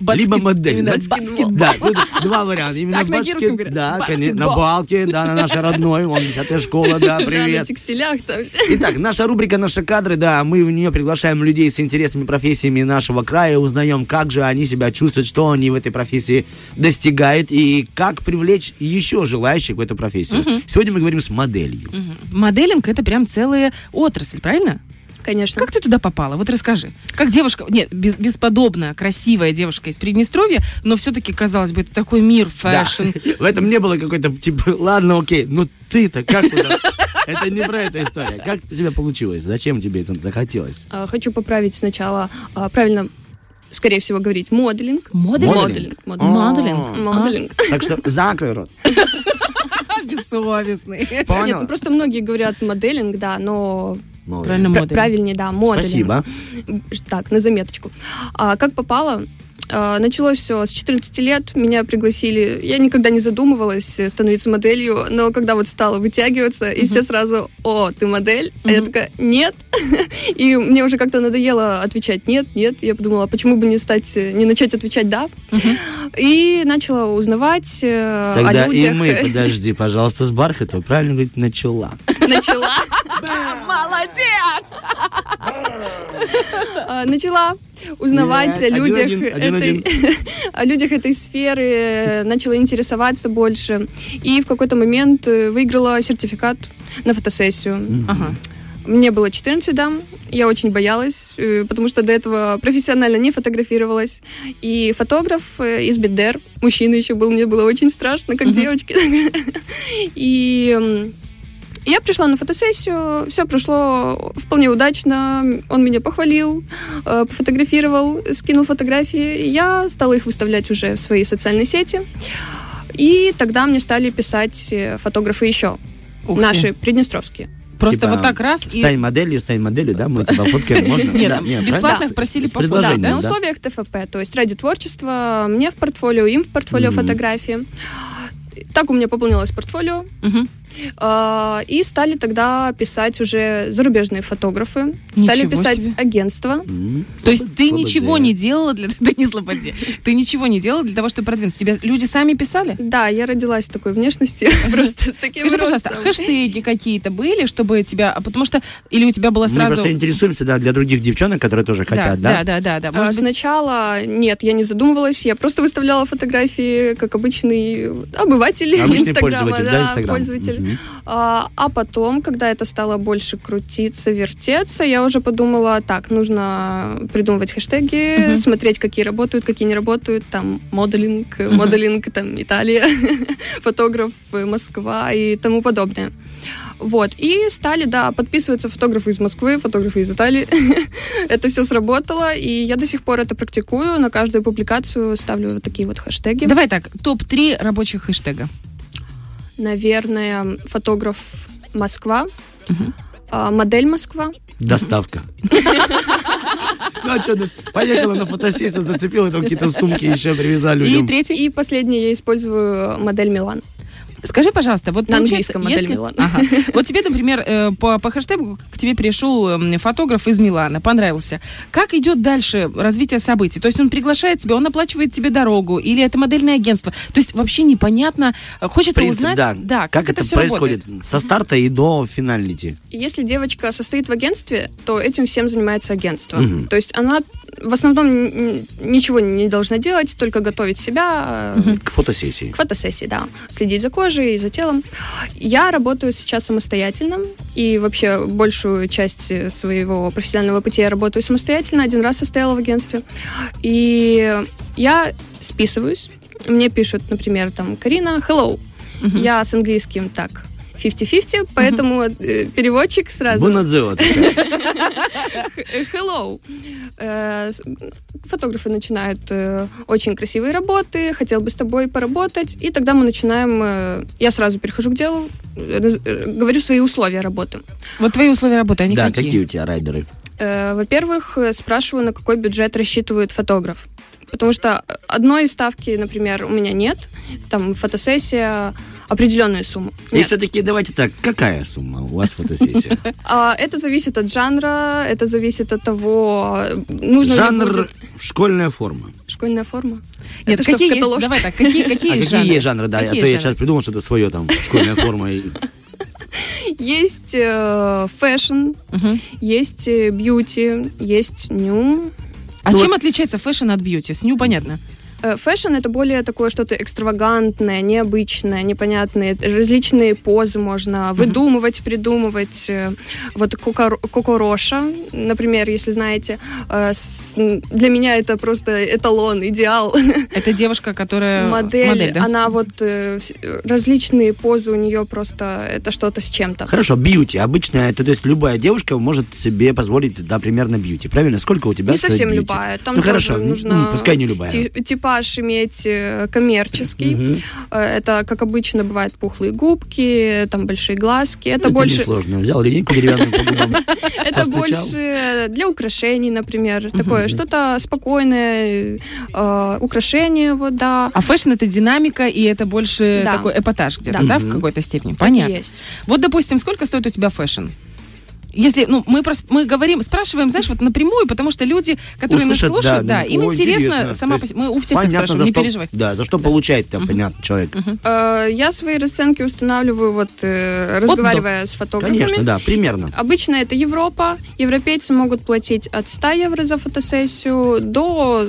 либо модель. Именно Баскетбол. баскетбол. Да, тут два варианта. Именно Так на баскет- кировском говорят. Да, Баскетбол. конечно, на балке, да, на нашей родной, вон, десятая школа, да, Да, на привет. текстилях там все. Итак, наша рубрика «Наши кадры», да, мы в нее приглашаем людей с интересными профессиями нашего края, узнаем, как же они себя чувствуют, что они в этой профессии достигают и как привлечь еще желающих в эту профессию. Сегодня мы говорим с моделью. Моделинг — это прям целая отрасль, правильно? Конечно. Как ты туда попала? Вот расскажи. Как девушка, нет, без- бесподобная, красивая девушка из Приднестровья, но все-таки, казалось бы, это такой мир, Да. фэшн. В этом не было какой-то, типа, ладно, окей, ну ты-то как туда? Это не про эту историю. Как у тебя получилось? Зачем тебе это захотелось? А, Хочу поправить сначала, а, правильно, скорее всего, говорить моделинг. Моделинг? Моделинг. О. Моделинг. Моделинг. Так что закрой рот. Бессовестный. Нет, Понял? ну просто многие говорят моделинг, да, но Молодец. Правильно, пра- моделинг. правильнее, да, моделинг. Спасибо. Так, на заметочку. А, как попало? А, началось все с четырнадцати лет, меня пригласили, я никогда не задумывалась э, становиться моделью, но когда вот стала вытягиваться, и все сразу: о, ты модель? А я такая: нет. И мне уже как-то надоело отвечать нет, нет. Я подумала, почему бы не стать, э, не начать отвечать да. И начала узнавать э, Тогда о и людях. мы, подожди, пожалуйста, с Бархатова, правильно говорить, начала. Начала. Молодец! А, начала узнавать Нет, о людях, один-один, один-один. этой, о людях этой сферы, начала интересоваться больше. И в какой-то момент э, выиграла сертификат на фотосессию. Ага. Мне было четырнадцать, да, я очень боялась, э, потому что до этого профессионально не фотографировалась. И фотограф э, из БДР, мужчина еще был, мне было очень страшно, как девочке. И м, я пришла на фотосессию, все прошло вполне удачно, он меня похвалил, э, пофотографировал, скинул фотографии, я стала их выставлять уже в свои социальные сети, и тогда мне стали писать э, фотографы еще, Ух ты. наши приднестровские. Просто Типа, вот так раз и... Стань моделью, стань моделью, да? Мы тебя фоткаем, можно? Нет, Да, там нет, бесплатно правильно? просили С пофоткать, Да, предложением, на да? условиях ТФП, то есть ради творчества, мне в портфолио, им в портфолио фотографии. Так у меня пополнилось портфолио. Мгм. А, И стали тогда писать уже зарубежные фотографы, стали Ничего писать себе. агентства. М, То есть ты слободе. ничего не делала для... Да не слободе. Ты ничего не делала для того, чтобы продвинуться. Тебя люди сами писали? Да, я родилась такой внешностью, просто с таким Скажи, пожалуйста, ростом. хэштеги какие-то были, чтобы тебя... а Потому что... Или у тебя было Мы сразу... просто интересуемся, да, для других девчонок, которые тоже хотят, да, да? да, да, да. А, Может быть, Сначала нет, я не задумывалась, я просто выставляла фотографии как обычный обыватель Обычный Инстаграма, пользователь, да, да, Инстаграма. пользователь. Мгм. А, а потом, когда это стало больше крутиться, вертеться, я уже подумала, так, нужно придумывать хэштеги, Мгм. смотреть, какие работают, какие не работают, там, моделинг, моделинг, там, Италия, фотограф, э, Москва и тому подобное. Вот, и стали, да, подписываться фотографы из Москвы, фотографы из Италии. Это все сработало, и я до сих пор это практикую. На каждую публикацию ставлю вот такие вот хэштеги. давай так, топ три рабочих хэштега. Наверное, фотограф Москва, а, модель Москва. Доставка. Ну, а что, поехала на фотосессию, зацепила, там какие-то сумки еще привезла И людям. третий. И последнее я использую модель Милан. Скажи, пожалуйста, вот На получается, английском модель если- Милан. Ага. Вот тебе, например, э, по, по хэштегу к тебе перешел м, фотограф из Милана, понравился. Как идет дальше развитие событий? То есть он приглашает тебя, он оплачивает тебе дорогу, или это модельное агентство? То есть вообще непонятно. Хочется Принцип, узнать, да. как, Как это, это все происходит работает. со старта и до финалити. И Если девочка состоит в агентстве, то этим всем занимается агентство. Мгм. То есть она в основном н- ничего не должна делать, только готовить себя э, К фотосессии. к фотосессии, да. Следить за кожей и за телом. Я работаю сейчас самостоятельно, и вообще большую часть э, своего профессионального пути я работаю самостоятельно. Один раз состояла в агентстве. И я списываюсь. Мне пишут, например, там, Карина, hello. Я с английским так, фифти-фифти, поэтому э, переводчик сразу... Бонадзео. Hello. Э, с- Фотографы начинают э, очень красивые работы, хотел бы с тобой поработать, и тогда мы начинаем, э, я сразу перехожу к делу, э, раз- э, говорю свои условия работы. Вот твои условия работы, они Да, какие? какие у тебя райдеры? Э, Во-первых, э, спрашиваю, на какой бюджет рассчитывает фотограф. Потому что одной ставки, например, у меня нет. Там фотосессия определенную сумму. И Нет. все-таки давайте так, какая сумма у вас фотосессия? А, это зависит от жанра, это зависит от того, нужно ли Жанр будет школьная форма. школьная форма. Нет, Это что, в какие есть, каталожке? давай так, какие, какие А есть какие жанры? есть жанры, да? А Какие то я жанры? сейчас придумал что-то свое там, школьная форма. и- Есть э, фэшн, Мгм. есть э, бьюти, есть ню. А Ну чем вот- отличается фэшн от бьюти? С ню понятно. Э, Фэшн — это более такое что-то экстравагантное, необычное, непонятные. Различные позы можно выдумывать, придумывать. Э, Вот Коко Коко Роша, например, если знаете, э, с- для меня это просто эталон, идеал. Это девушка, которая... Модель, да? она вот э, вс- различные позы у нее просто, это что-то с чем-то. Хорошо, бьюти. Обычно это, то есть любая девушка может себе позволить, да, примерно бьюти. Правильно? Сколько у тебя Не стоит совсем бьюти? любая. Там Ну тоже хорошо, ну, нужно ну, пускай не любая. ти- типаж иметь э, коммерческий. Мгм. Э, Это, как обычно, бывают пухлые губки, там большие глазки. Это Это больше, несложно. Взял линейку деревянную по губам. это постучал. больше для украшений, например. Такое что-то спокойное, э, украшение, вот, да. А фэшн — это динамика, и это больше Да. такой эпатаж где-то, Да. да, в Мгм. какой-то степени? Так и Понятно. есть. Вот, допустим, сколько стоит у тебя фэшн? Если, ну, мы, прос- мы говорим, спрашиваем, знаешь, вот напрямую, потому что люди, которые Услышат, нас слушают, да, да, ну, им о, интересно, интересно. сама То по есть себе, мы у всех так Понятно, спрашиваем, за не что, переживай. да, за что получает-то, понятно, человек. Э, Я свои расценки устанавливаю, вот, э, разговаривая с фотографами. Конечно, да, примерно. Обычно это Европа. Европейцы могут платить от ста евро за фотосессию до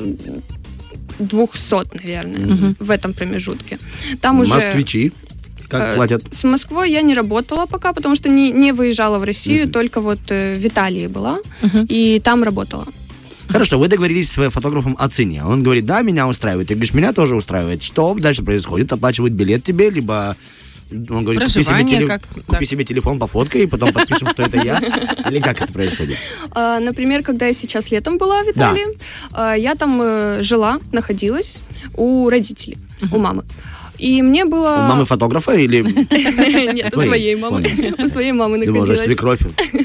двухсот, наверное, Мгм. в этом промежутке. Там уже... Москвичи как э, платят? С Москвой я не работала пока, потому что не, не выезжала в Россию, только вот э, в Италии была, Мгм. и там работала. Хорошо, вы договорились с фотографом о цене. Он говорит, да, меня устраивает. Ты говоришь, меня тоже устраивает. Что дальше происходит? Оплачивают билет тебе, либо... Он говорит, купи себе, Проживание теле- как, купи так. себе телефон, пофоткай, и потом подпишем, что это я. Или как это происходит? А, Например, когда я сейчас летом была в Италии, а, я там э, жила, находилась у родителей, у мамы. И мне было... У мамы фотографа или... Нет, у Твоей, своей мамы. понял. У своей мамы Ты уже находилась. свекровь.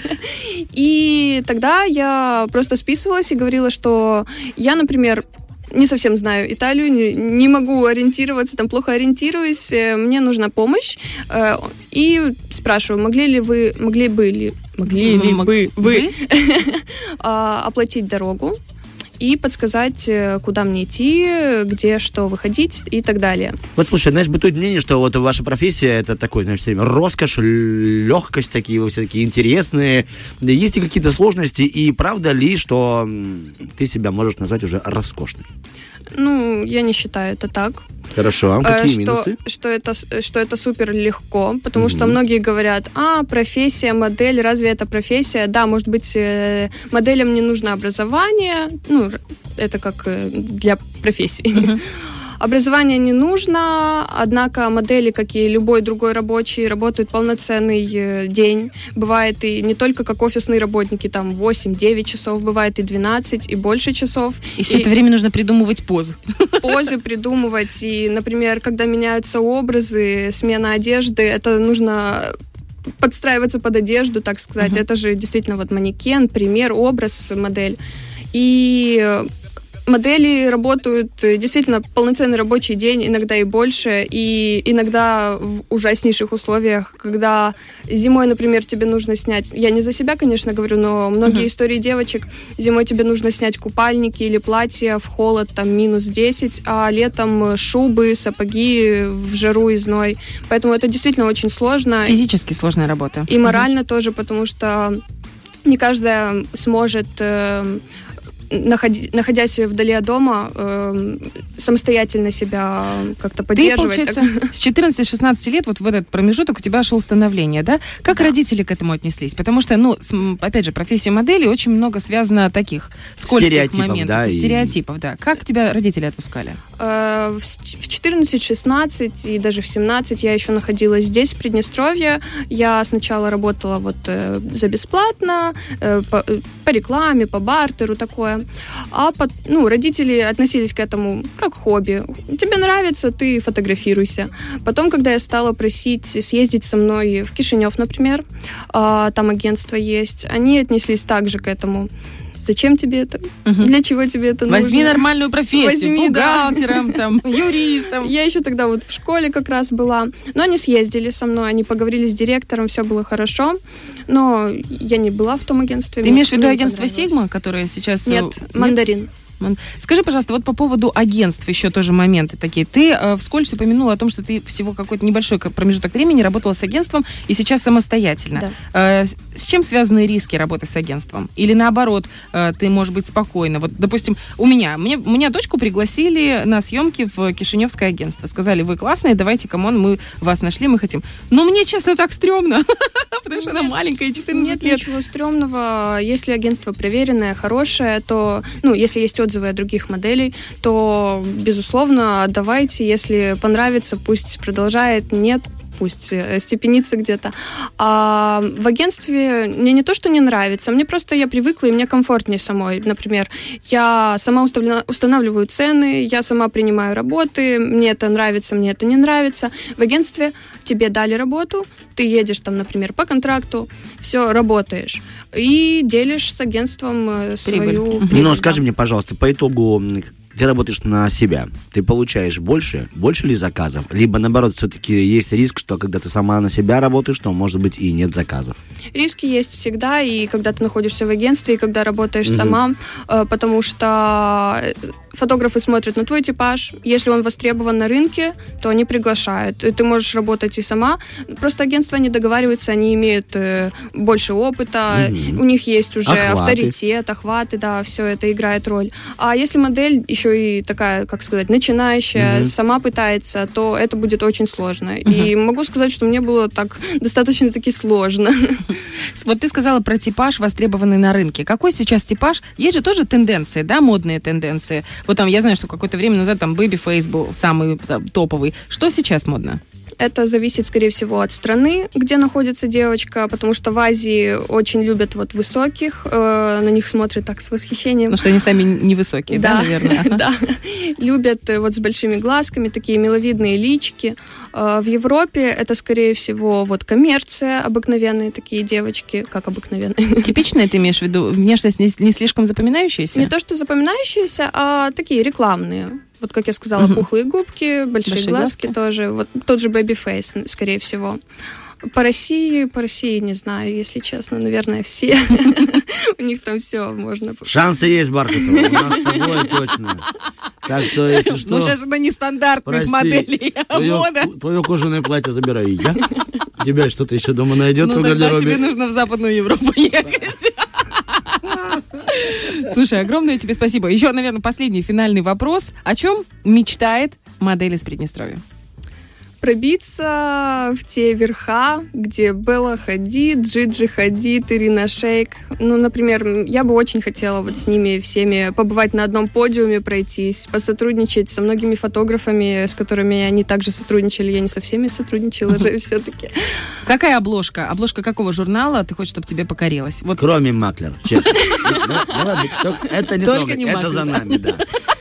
И тогда я просто списывалась и говорила, что я, например, не совсем знаю Италию, не, не могу ориентироваться, там плохо ориентируюсь, э, мне нужна помощь. Э, И спрашиваю, могли ли вы, могли бы ли, могли ли Мог- бы вы вы? а, оплатить дорогу и подсказать, э, куда мне идти, где что выходить и так далее. Вот слушай, знаешь, бытует мнение, что вот ваша профессия это такой, знаешь, все время роскошь, легкость, такие вы все такие интересные. Есть ли какие-то сложности, и правда ли, что м, ты себя можешь назвать уже роскошной? Ну, я не считаю это так. Хорошо, а Э, какие что, минусы? что это, с- что это супер легко, потому что Мгм. многие говорят, а, профессия, модель, разве это профессия? Да, может быть, э, моделям не нужно образование, ну, р- это как э, для профессии. Образование не нужно, однако модели, как и любой другой рабочий, работают полноценный э, день. Бывает и не только как офисные работники, там восемь-девять часов, бывает и двенадцать, и больше часов. И все И- это время нужно придумывать позы. позы придумывать. И, например, когда меняются образы, смена одежды, это нужно подстраиваться под одежду, так сказать. Мгм. Это же действительно вот манекен, пример, образ, модель. И э, модели работают э, действительно полноценный рабочий день, иногда и больше, и иногда в ужаснейших условиях, когда зимой, например, тебе нужно снять, я не за себя, конечно, говорю, но многие Мгм. истории девочек, зимой тебе нужно снять купальники или платья в холод, там, минус десять, а летом э, шубы, сапоги в жару и зной. Поэтому это действительно очень сложно. Физически сложная работа. И морально тоже, потому что не каждая сможет, э, находи- находясь вдали от дома, э, самостоятельно себя как-то Ты, поддерживать. получается, Так- с четырнадцати-шестнадцати лет вот в этот промежуток у тебя шел становление, да? Как Да. родители к этому отнеслись? Потому что, ну, с- м, опять же, профессия модели очень много связано таких скользких Стереотипов, моментов, да, и- стереотипов, да. Как тебя родители отпускали? Э, В с- в четырнадцать-шестнадцать и даже в семнадцать я еще находилась здесь, в Приднестровье. Я сначала работала вот э, за бесплатно, э, по, э, по рекламе, по бартеру, такое. А пот- ну, родители относились к этому как хобби. Тебе нравится, ты фотографируйся. Потом, когда я стала просить съездить со мной в Кишинев, например, а, там агентство есть, они отнеслись также к этому. зачем тебе это, для чего тебе это нужно. Возьми нормальную профессию, Возьми, да. бухгалтером, там, юристом. Я еще тогда вот в школе как раз была. Но они съездили со мной, они поговорили с директором, все было хорошо. Но я не была в том агентстве. Ты мне- имеешь в виду мне не агентство понравилось. «Сигма», которое сейчас... э, Нет, «Мандарин». Мон- Скажи, пожалуйста, вот по поводу агентств еще тоже моменты такие. Ты э, вскользь упомянула о том, что ты всего какой-то небольшой ка- промежуток времени работала с агентством и сейчас самостоятельно. Э, с- с чем связаны риски работы с агентством? Или наоборот, э, ты, может быть, спокойно? Вот, допустим, у меня, мне, у меня дочку пригласили на съемки в Кишиневское агентство. Сказали, вы классные, давайте, камон, мы вас нашли, мы хотим. Но мне, честно, так стрёмно, потому что она маленькая, четырнадцать Нет лет. ничего стрёмного. Если агентство проверенное, хорошее, то, ну, если есть отзывы от других моделей, то, безусловно, отдавайте. Если понравится, пусть продолжает. Нет, пусть э, степенится где-то. А в агентстве мне не то, что не нравится, мне просто я привыкла, и мне комфортнее самой. Например, я сама уставля- устанавливаю цены, я сама принимаю работы, мне это нравится, мне это не нравится. В агентстве тебе дали работу, ты едешь там, например, по контракту, все, работаешь. И делишь с агентством э, свою прибыль. Но да. скажи мне, пожалуйста, по итогу м, ты работаешь на себя, ты получаешь больше, больше ли заказов? Либо, наоборот, все-таки есть риск, что когда ты сама на себя работаешь, то, может быть, и нет заказов? Риски есть всегда, и когда ты находишься в агентстве, и когда работаешь Мгм. сама, э, потому что фотографы смотрят на твой типаж. Если он востребован на рынке, то они приглашают. И ты можешь работать и сама. Просто агентства не договариваются, они имеют э, больше опыта, Мгм. у них есть уже Охваты. авторитет, охваты, да, все это играет роль. А если модель еще и такая, как сказать, начинающая, Мгм. сама пытается, то это будет очень сложно. И могу сказать, что мне было так достаточно-таки сложно. Вот ты сказала про типаж, востребованный на рынке. Какой сейчас типаж? Есть же тоже тенденции, да, модные тенденции. Вот там, я знаю, что какое-то время назад там Baby Face был самый там, топовый. Что сейчас модно? Это зависит, скорее всего, от страны, где находится девочка, потому что в Азии очень любят вот высоких, э, на них смотрят так с восхищением. Потому что они сами невысокие, да, наверное? Ага. Да, любят э, вот с большими глазками, такие миловидные личики. Э, В Европе это, скорее всего, вот коммерция, обыкновенные такие девочки, как обыкновенные. Типичная, ты имеешь в виду, внешность не, не слишком запоминающаяся? Не то, что запоминающиеся, а такие рекламные. Вот, как я сказала, Мгм. пухлые губки, большие, Большие глазки, глазки. тоже. Вот тот же Babyface, скорее всего. По России, по России не знаю, если честно, наверное, все. У них там все можно. Шансы есть, Бархатова, у нас с тобой точно. Так что, если что... Ну, сейчас это нестандартных прости, моделей, а твое, мода. твое кожаное платье забираю я. У тебя что-то еще дома найдется Ну, в тогда гардеробе. тебе нужно в Западную Европу ехать. Слушай, огромное тебе спасибо. Еще, наверное, последний финальный вопрос. О чем мечтает модель из Приднестровья? Пробиться в те верха, где Белла Хадид, Джиджи Хадид, Ирина Шейк. Ну, например, я бы очень хотела вот с ними всеми побывать на одном подиуме, пройтись, посотрудничать со многими фотографами, с которыми они также сотрудничали. Я не со всеми сотрудничала же все-таки. Какая обложка? Обложка какого журнала ты хочешь, чтобы тебе покорилась? Вот Кроме Маклер, честно. Ну, ну ладно, только это не Только трогать, не это Маклер. за нами, да.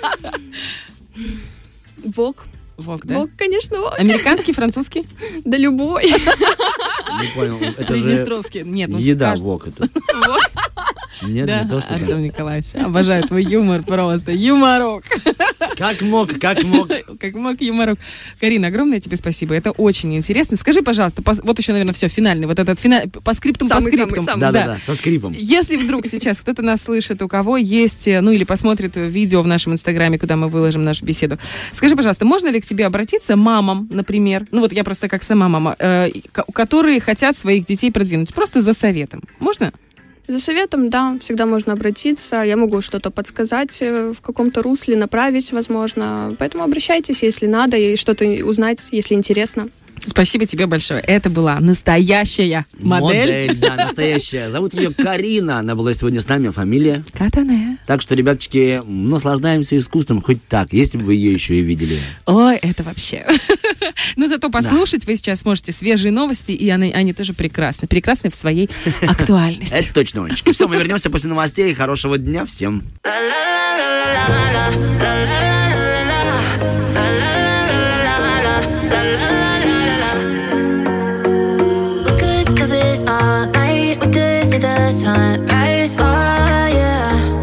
Вок. Вок, да? Вок, конечно, Вок. Американский, французский? Да любой. Не понял, это же Приднестровский. Нет, ну еда, каждый- вок это. Вок. Нет, Да, не то, что... Артем Николаевич, обожаю твой юмор просто. Юморок. Как мог, как мог. Как мог юморок. Карина, огромное тебе спасибо. Это очень интересно. Скажи, пожалуйста, по- вот еще, наверное, все, финальный. Вот этот финал, по скриптум, по Самый, самый, скриптум. самый. Да-да-да, со скрипом. Если вдруг сейчас кто-то нас слышит, у кого есть, э, ну или посмотрит видео в нашем инстаграме, куда мы выложим нашу беседу, скажи, пожалуйста, можно ли к тебе обратиться мамам, например, ну вот я просто как сама мама, э, ко- которые хотят своих детей продвинуть, просто за советом. Можно? За советом, да, всегда можно обратиться. Я могу что-то подсказать э, в каком-то русле, направить, возможно. Поэтому обращайтесь, если надо, и что-то узнать, если интересно. Спасибо тебе большое. Это была настоящая модель. Модель, да, настоящая. Зовут ее Карина. Она была сегодня с нами, фамилия. Катане. Так что, ребяточки, наслаждаемся искусством хоть так, если бы вы ее еще и видели. Ой, это вообще. Но зато послушать вы сейчас сможете свежие новости, и они, они тоже прекрасны. Прекрасны в своей актуальности. Это точно, Олечка. Все, мы вернемся после новостей. Хорошего дня всем. We could do this all night. We could see the sunrise. Oh yeah.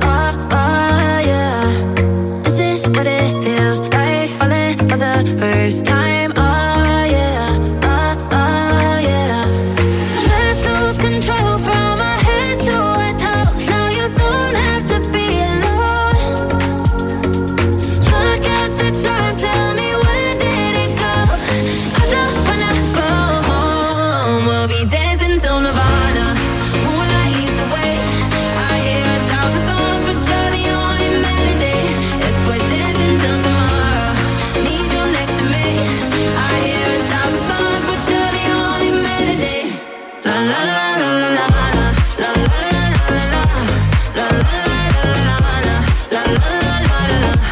the first time. Oh yeah, oh, oh yeah. Let's lose control from our head to our toes. Now you don't have to be alone. Look at the time, tell me when did it go? I don't wanna go home. We'll be dancing till Nirvana. Moonlight leads the way. I hear a thousand songs, but you're the only melody. If we're dancing till tomorrow, need you next to me. I hear a thousand songs, but you're the only melody. La la la la la la la la la la la la la la la la.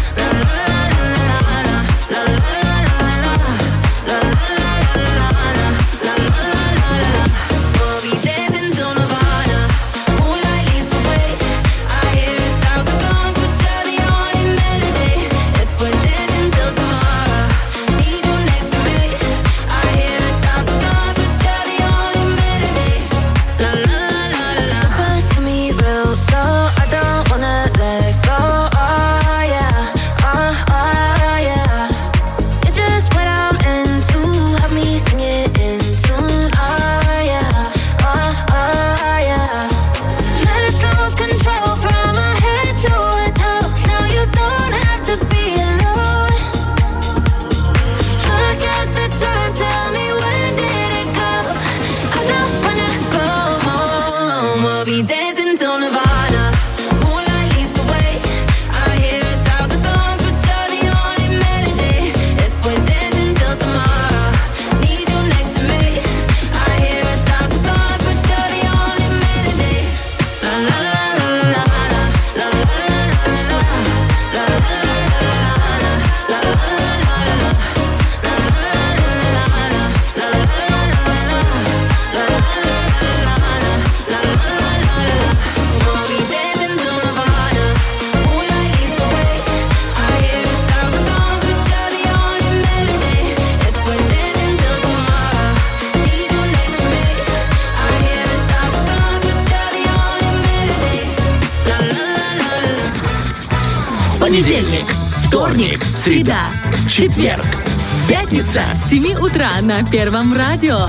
Понедельник, вторник, среда, четверг, пятница с семи утра на Первом радио.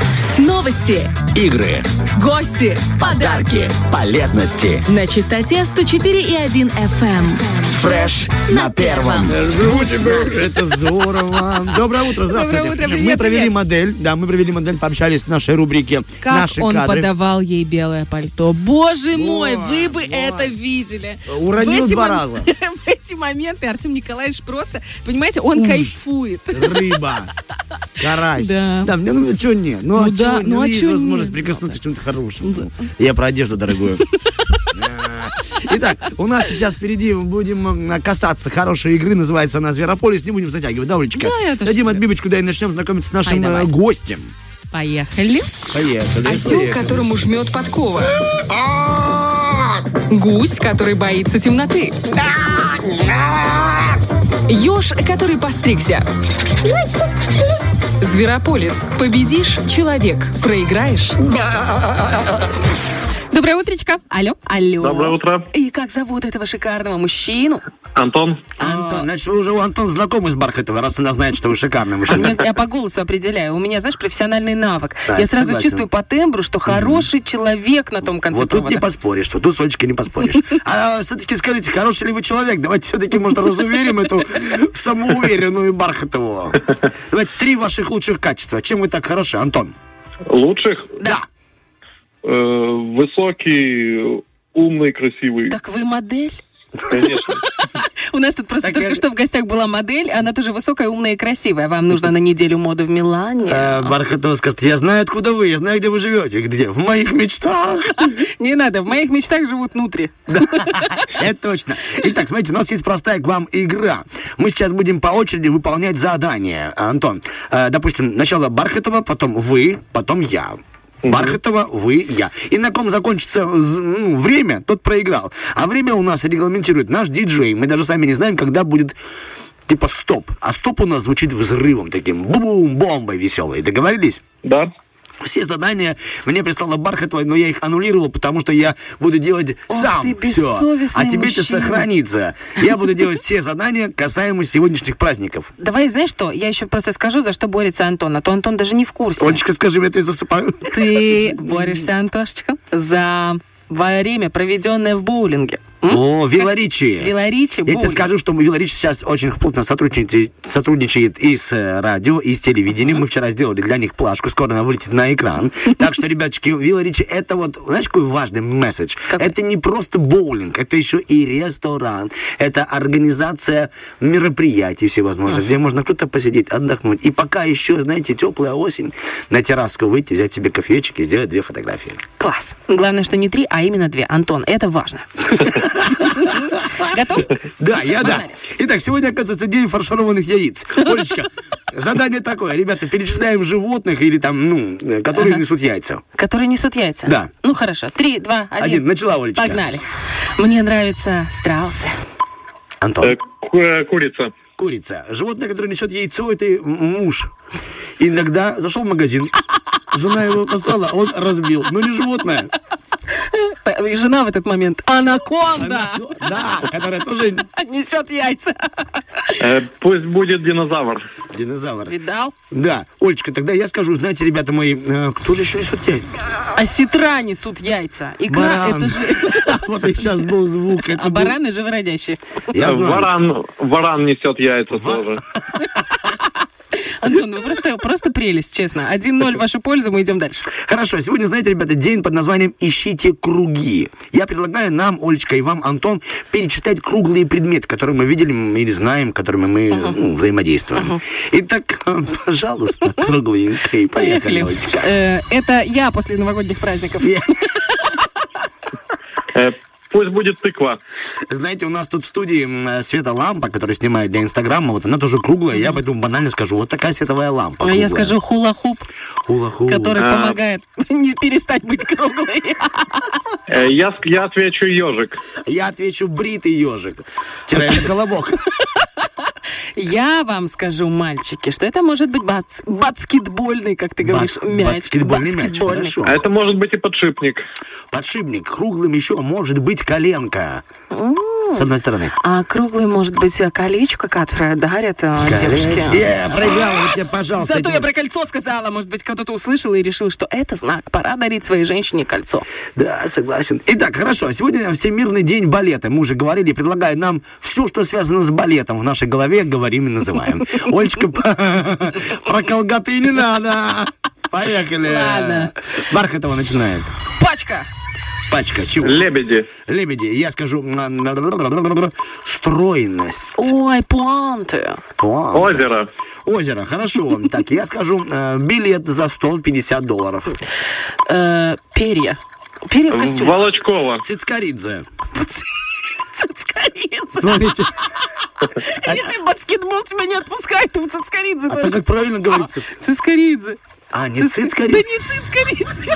Новости, Игры, гости, подарки, полезности. на частоте сто четыре и один эф эм. Фреш на первом. Это здорово. Доброе утро, здравствуйте. Доброе утро, Мы привет, провели привет. модель, да, мы провели модель, пообщались в нашей рубрике Как «Наши он кадры». подавал ей белое пальто. Боже мой, Вот, вы бы вот. это видели. Уронил В эти два мом- раза. В эти моменты Артем Николаевич просто, понимаете, он кайфует. Рыба, карась. Да. Да, мне, ну, что нет? Ну, Ну а да, чё, ну, а есть чё возможность нет? прикоснуться к чему-то хорошему. Я про одежду дорогую. Итак, у нас сейчас впереди будем м, касаться хорошей игры, называется она «Зверополис». Не будем затягивать, да, Олечка? Да, я тоже Дадим считаю. отбивочку, да и начнем знакомиться с нашим Ай, давай. э, гостем. Поехали. Поехали. Осел, поехали. которому жмет подкова. Гусь, который боится темноты. Ёж, который постригся. Зверополис. Победишь — человек. Проиграешь — Доброе утречко. Алло. Алло. Доброе утро. И как зовут этого шикарного мужчину? Антон. А, значит, вы уже у Антона знакомы с Бархатовой, раз она знает, что вы шикарный А мужчина. мне- я по голосу определяю. У меня, знаешь, профессиональный навык. Да, я сразу согласен. чувствую по тембру, что хороший человек на том конце Вот тут провода. не поспоришь, вот тут с Олечкой не поспоришь. А все-таки скажите, хороший ли вы человек? Давайте все-таки, может, разуверим эту самоуверенную Бархатову. Давайте три ваших лучших качества. Чем вы так хороши, Антон? Лучших? Да. Э, высокий, умный, красивый. Так вы модель? Конечно. У нас тут просто Так только я- что в гостях была модель, она тоже высокая, умная и красивая. Вам нужно на неделю моды в Милане? Э, Бархатова скажет, я знаю, откуда вы, я знаю, где вы живете. Где? В моих мечтах. Не надо, в моих мечтах живут внутри. Это точно. Итак, смотрите, у нас есть простая к вам игра. Мы сейчас будем по очереди выполнять задания. Антон, э, допустим, сначала Бархатова, потом вы, потом я. Бархатова, вы, я. И на ком закончится ну, время, тот проиграл. А время у нас регламентирует наш диджей. Мы даже сами не знаем, когда будет типа стоп. А стоп у нас звучит взрывом таким. Бум-бомбой веселой. Договорились? Да. Все задания мне прислала Бархатова, но я их аннулировал, потому что я буду делать Ох, сам ты все. А бессовестный тебе это мужчина. сохранится. Я буду делать все задания, касаемо сегодняшних праздников. Давай, знаешь что, я еще просто скажу, за что борется Антон, а то Антон даже не в курсе. Олечка, скажи мне, ты засыпаю. Ты борешься, Антошечка, за время, проведенное в боулинге. М? О, Вилла Ричи. Вилла Ричи, Я тебе боулинг. скажу, что Вилла Ричи сейчас очень плотно сотрудничает, сотрудничает и с э, радио, и с телевидением. Мы вчера сделали для них плашку, скоро она вылетит на экран. Так что, ребяточки, Вилла Ричи это вот, знаешь, какой важный месседж? Это не просто боулинг, это еще и ресторан. Это организация мероприятий всевозможных, где можно кто-то посидеть, отдохнуть. И пока еще, знаете, теплая осень, на терраску выйти, взять себе кофеечек и сделать две фотографии. Класс. Главное, что не три, а именно две. Антон, это важно. Готов? Да, я да. Итак, сегодня, оказывается, день фаршированных яиц. Олечка, задание такое. Ребята, перечисляем животных или там, ну, которые Ага. несут яйца. Которые несут яйца? Да. Ну, хорошо. Три, два, один. Один. Начала, Олечка. Погнали. Мне нравятся страусы. Антон. Курица. Курица. Животное, которое несет яйцо, это м- муж. Иногда зашел в магазин, жена его послала, он разбил. Но не животное. И жена в этот момент анаконда. Да, которая тоже... Несет яйца. Э, Пусть будет динозавр. Динозавр. Видал? Да. Олечка, тогда я скажу, знаете, ребята мои, э, кто же еще несет яйца? Осетра несут яйца. Икра, Баран. это же... Вот и сейчас был звук. это А был- бараны живородящие. Я знаю. Варан, варан несет яйца тоже. Антон, вы просто, просто прелесть, честно. один ноль в вашу пользу, мы идем дальше. Хорошо, сегодня, знаете, ребята, день под названием «Ищите круги». Я предлагаю нам, Олечка, и вам, Антон, перечитать круглые предметы, которые мы видели или знаем, которыми мы ну, взаимодействуем. Итак, э, пожалуйста, кругленькие. Поехали, Олечка. Э, Это я после новогодних праздников. Э, Пусть будет тыква. Знаете, у нас тут в студии м, светолампа, которая снимает для Инстаграма, вот она тоже круглая, я поэтому банально скажу, вот такая световая лампа. А я круглая. скажу хула-хуп, Хула-ху. который А. помогает не перестать быть круглой. Э, Я, с- я отвечу ежик. Я отвечу бритый ежик. Тирает колобок. Я вам скажу, мальчики, что это может быть бац- баскетбольный, как ты говоришь, Бас- мяч. баскетбольный мяч, хорошо. А это может быть и подшипник. Подшипник. Круглым еще может быть коленка. С одной стороны. А круглый может быть э, колечко, которое дарят э, девушки. Я проиграла, вот тебе, пожалуйста. Зато эти я вот- про кольцо сказала. Может быть, кто-то услышал и решил, что это знак. Пора дарить своей женщине кольцо. Да, согласен. Итак, хорошо. Сегодня Всемирный день балета. Мы уже говорили, предлагаю нам все, что связано с балетом в нашей голове, говорим и называем. Олечка, про колготы не надо. Поехали. Ладно. Бархатова начинает. Пачка! Пачка. Чего? Лебеди. Лебеди. Я скажу стройность. Ой, пуанты. О, Озеро. Озеро. Хорошо. Так, я скажу э, билет за сто пятьдесят долларов. Э, перья. Перья в костюме. Волочкова. Цицкаридзе. Цицкаридзе. Смотрите. Если баскетбол тебя не отпускает, то цицкаридзе А тоже. так как правильно говорится? Цицкаридзе. А, не Цицка- цицкаридзе. Да не цицкаридзе.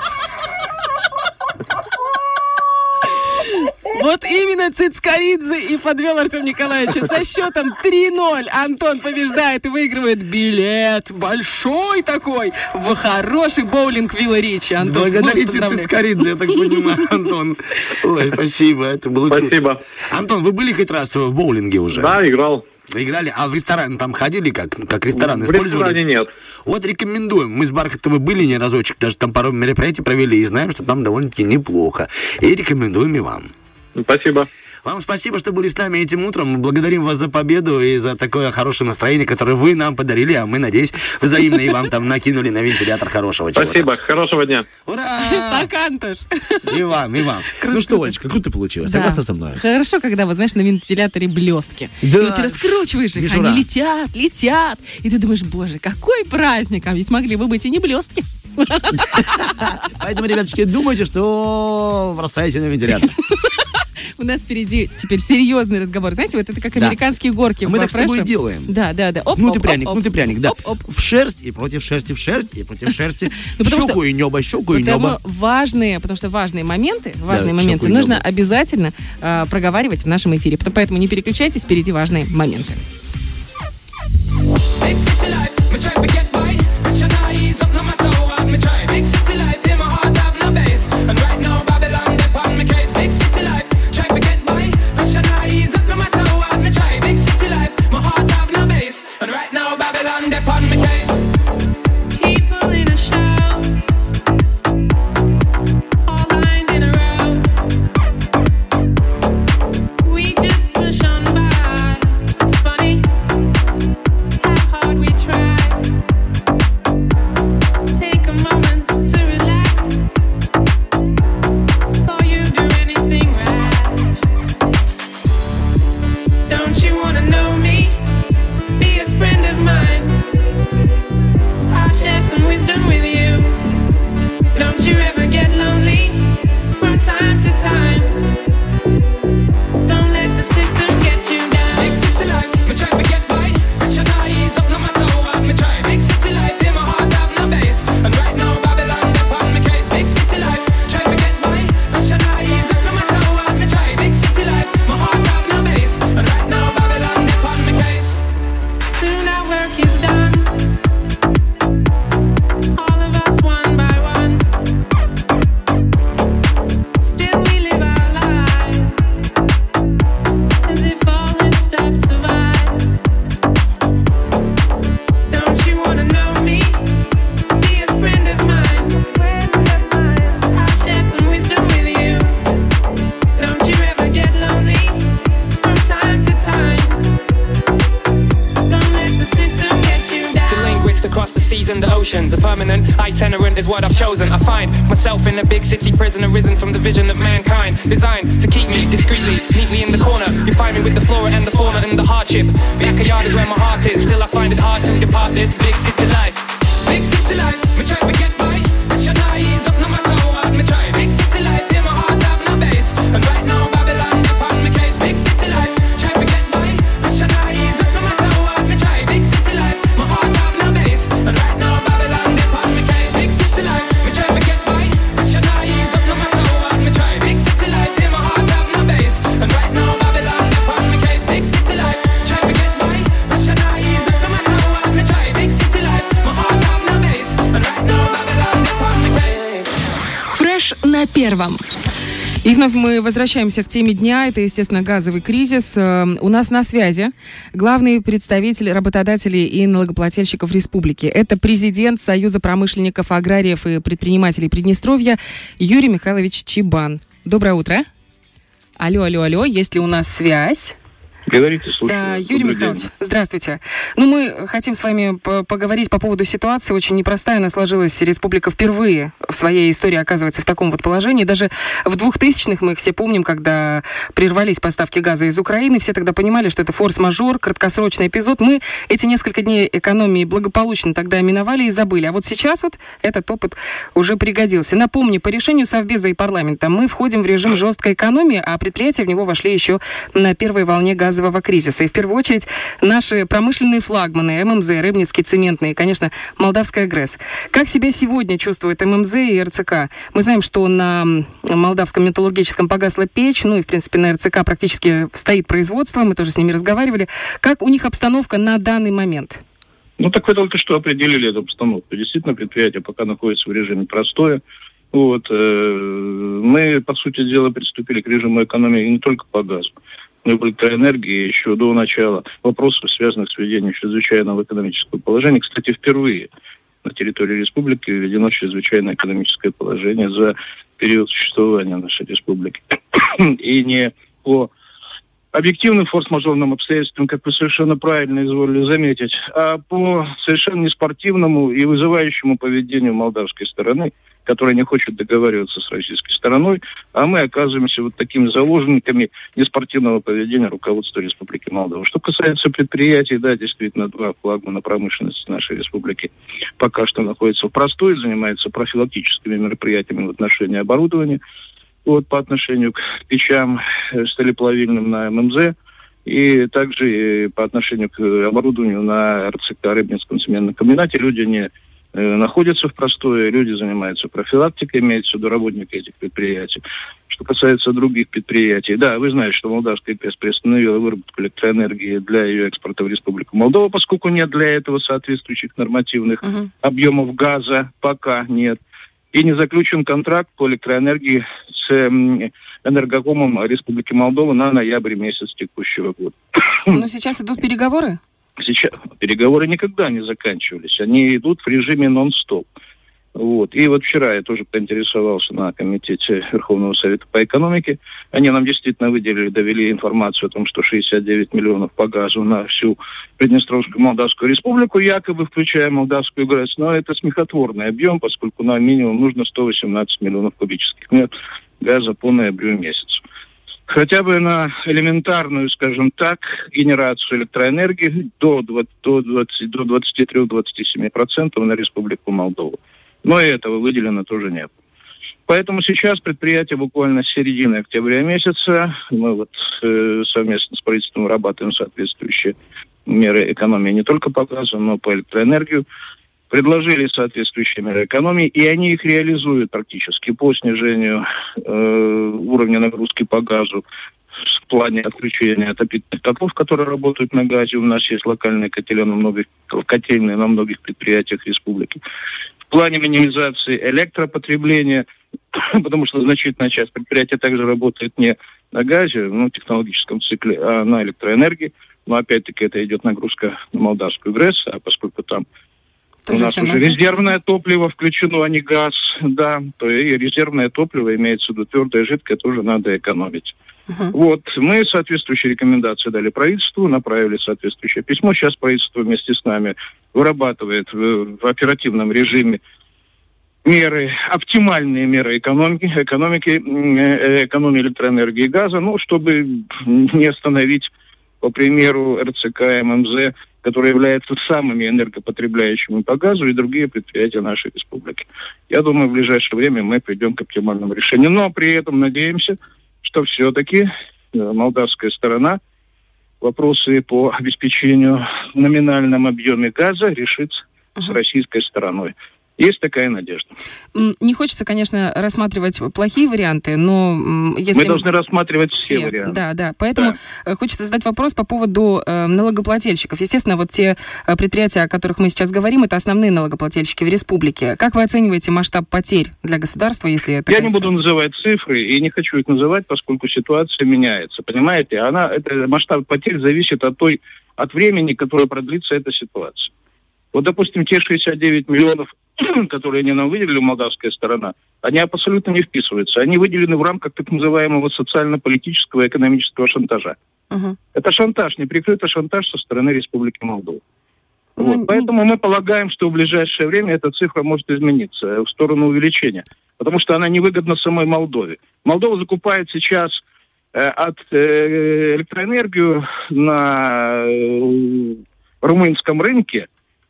Вот именно Цицкаридзе и подвел Артем Николаевича со счетом три ноль. Антон побеждает и выигрывает билет большой такой в хороший боулинг Вилла Ричи. Антон, Благодарите вас поздравляю. Цицкаридзе, я так понимаю, Антон. Ой, спасибо, это было круто. Спасибо. Антон, вы были хоть раз в боулинге уже? Да, играл. Играли? А в ресторан там ходили, как, как ресторан В использовали? ресторане нет. Вот рекомендуем. Мы с Бархатовой были не разочек, даже там пару мероприятий провели и знаем, что там довольно-таки неплохо. И рекомендуем и вам. Спасибо. Вам спасибо, что были с нами этим утром. Мы благодарим вас за победу и за такое хорошее настроение, которое вы нам подарили, а мы, надеюсь, взаимно и вам там накинули на вентилятор хорошего чего-то. Спасибо. Хорошего дня. Ура! Пока, Антош. И вам, и вам. Ну что, Олечка, круто получилось. Да. Согласна со мной? Хорошо, когда, вот знаешь, на вентиляторе блестки. Да. И вот ты раскручиваешь их, Мишура. они летят, летят. И ты думаешь, боже, какой праздник. А ведь могли бы быть и не блестки. Поэтому, ребяточки, думайте, что бросаете на вентилятор. У нас впереди теперь серьезный разговор. Знаете, вот это как Да. американские горки. А мы в так с тобой Фреше. и делаем. Да, да, да. Оп, Ну оп, ты пряник, оп, ну ты оп. пряник, да. Оп, оп. В шерсть и против шерсти в шерсть и против шерсти. Ну, потому Щеку что- и небо, щеку и Потому небо. важные, потому что важные моменты, важные щеку моменты и нужно небо. обязательно э, проговаривать в нашем эфире. Потом- Поэтому не переключайтесь, впереди важные моменты. Big city life, me try to get by. Pressure not ease up, no matter how hard me try. Babylon, they're on my case. People in a show, all lined in a row. We just push on by. It's funny how hard we try. Take a moment to relax before you do anything rash. Don't you wanna know me? Be a friend of mine. I'll share some wisdom with you. Don't you ever get lonely from time to time. Don't let the system get you down. Big city life, me try to get by. Should I ease up no matter what me try. Big city life, in my heart have no base. And right now Babylon, they're on my case. Big city life, try to get by. Should I ease up no matter what me try. Big city life, my heart have no base. And right now Babylon, they're on my case. Soon our work is done. All of us one by one. Still we live our lives as if all this stuff survives. Don't you wanna know me? Be a friend of mine. I'll share some wisdom with you. Don't you ever get lonely from time to time. Don't let the system get you down. The linguist across the seas and the oceans. A permanent itinerant is what I've chosen. I find myself in a big city prison, arisen from the vision of mankind, designed to keep me discreetly, neatly in the corner. You find me with the flora and the fauna and the hardship. Backyard is where my heart is. Still I find it hard to depart this big city life. Big city life, me try to get by. Should I ease up no matter what me try. Big city life, in my heart have no base. And right now Babylon, they're on my case. Big city life, try to get by. Should I ease up no matter what me try. Big city life, my heart have no base. And right now Babylon, they're on my case. Big city life, me try to get by. Should I ease up no matter what me try. Big city life, in my heart have no base. And right now Babylon, they're on my case. Big city life, try to get by. Should I ease up no matter what me try. Big city life, my heart have no base. And right now Babylon, they're on my case. Фреш на первом. И вновь мы возвращаемся к теме дня. Это, естественно, газовый кризис. Э, У нас на связи главный представитель работодателей и налогоплательщиков республики. Это президент Союза промышленников, аграриев и предпринимателей Приднестровья Юрий Михайлович Чибан. Доброе утро. Алло, алло, алло. Есть ли у нас связь? Говорите, слушаю. Да, Юрий Добрый Михайлович, день. здравствуйте. Ну, мы хотим с вами по- поговорить по поводу ситуации. Очень непростая она сложилась. Республика впервые в своей истории оказывается в таком вот положении. Даже в двухтысячных мы их все помним, когда прервались поставки газа из Украины. Все тогда понимали, что это форс-мажор, краткосрочный эпизод. Мы эти несколько дней экономии благополучно тогда миновали и забыли. А вот сейчас вот этот опыт уже пригодился. Напомню, по решению Совбеза и парламента мы входим в режим жесткой экономии, а предприятия в него вошли еще на первой волне газового кризиса. И в первую очередь наши промышленные флагманы ММЗ, Рыбницкий цементный и, конечно, Молдавская ГРЭС. Как себя сегодня чувствует ММЗ и РЦК? Мы знаем, что на Молдавском металлургическом погасла печь, ну и, в принципе, на РЦК практически стоит производство, мы тоже с ними разговаривали. Как у них обстановка на данный момент? Ну, так вы только что определили эту обстановку. Действительно, предприятие пока находится в режиме простое. Вот. э, Мы, по сути дела, приступили к режиму экономии не только по газу, но и по электроэнергии еще до начала вопросов, связанных с введением чрезвычайного экономического положения. Кстати, впервые на территории республики введено чрезвычайное экономическое положение за период существования нашей республики. И не по объективным форс-мажорным обстоятельствам, как вы совершенно правильно изволили заметить, а по совершенно неспортивному и вызывающему поведению молдавской стороны, которая не хочет договариваться с российской стороной, а мы оказываемся вот такими заложниками неспортивного поведения руководства Республики Молдова. Что касается предприятий, да, действительно, два флагмана промышленности нашей республики пока что находятся в простой, занимаются профилактическими мероприятиями в отношении оборудования, вот, по отношению к печам э, сталеплавильным на ММЗ, и также и по отношению к оборудованию на РЦК, Рыбницком цементном комбинате. Люди не э, находятся в простое, люди занимаются профилактикой, имеются в виду работники этих предприятий. Что касается других предприятий, да, вы знаете, что Молдавская ПЭС приостановила выработку электроэнергии для ее экспорта в Республику Молдова, поскольку нет для этого соответствующих нормативных uh-huh. объемов газа, пока нет. И не заключен контракт по электроэнергии с энергокомом Республики Молдова на ноябрь месяц текущего года. Но сейчас идут переговоры? Сейчас переговоры никогда не заканчивались. Они идут в режиме нон-стоп. Вот. И вот вчера я тоже поинтересовался на комитете Верховного Совета по экономике. Они нам действительно выделили, довели информацию о том, что шестьдесят девять миллионов по газу на всю Приднестровскую Молдавскую Республику, якобы включая Молдавскую ГРЭС. Но это смехотворный объем, поскольку нам минимум нужно сто восемнадцать миллионов кубических метров газа по ноябрю месяцу. Хотя бы на элементарную, скажем так, генерацию электроэнергии до двадцати трёх - двадцати семи процентов на Республику Молдову. Но и этого выделено тоже не было. Поэтому сейчас предприятие буквально с середины октября месяца, мы вот э, совместно с правительством вырабатываем соответствующие меры экономии не только по газу, но и по электроэнергию, предложили соответствующие меры экономии, и они их реализуют практически по снижению э, уровня нагрузки по газу в плане отключения отопительных котлов, которые работают на газе. У нас есть локальные котельные на многих, котельные на многих предприятиях республики. В плане минимизации электропотребления, потому что значительная часть предприятия также работает не на газе, ну, в технологическом цикле, а на электроэнергии. Но опять-таки это идет нагрузка на Молдавскую ГРЭС, а поскольку там тоже у нас уже резервное топливо включено, а не газ, да, то и резервное топливо, имеется в виду твердое, жидкое, тоже надо экономить. Uh-huh. Вот, мы соответствующие рекомендации дали правительству, направили соответствующее письмо. Сейчас правительство вместе с нами вырабатывает в, в оперативном режиме меры, оптимальные меры экономики, экономики, экономии электроэнергии и газа, ну, чтобы не остановить, по примеру, эр цэ ка эм эм зэ, которые являются самыми энергопотребляющими по газу, и другие предприятия нашей республики. Я думаю, в ближайшее время мы придем к оптимальному решению. Но при этом надеемся, что все-таки молдавская сторона вопросы по обеспечению в номинальном объеме газа решит uh-huh. с российской стороной. Есть такая надежда. Не хочется, конечно, рассматривать плохие варианты, но если... Мы должны рассматривать все, все варианты. Да, да. Поэтому да. хочется задать вопрос по поводу э, налогоплательщиков. Естественно, вот те э, предприятия, о которых мы сейчас говорим, это основные налогоплательщики в республике. Как вы оцениваете масштаб потерь для государства, если это... Я не буду называть цифры и не хочу их называть, поскольку ситуация меняется. Понимаете, она, это, масштаб потерь зависит от той, от времени, которое продлится эта ситуация. Вот, допустим, те шестьдесят девять миллионов, которые они нам выделили, молдавская сторона, они абсолютно не вписываются. Они выделены в рамках так называемого социально-политического и экономического шантажа. Uh-huh. Это шантаж, неприкрытый шантаж со стороны Республики Молдова. Uh-huh. Вот. Поэтому мы полагаем, что в ближайшее время эта цифра может измениться в сторону увеличения, потому что она невыгодна самой Молдове. Молдова закупает сейчас э, от э, электроэнергию на э, румынском рынке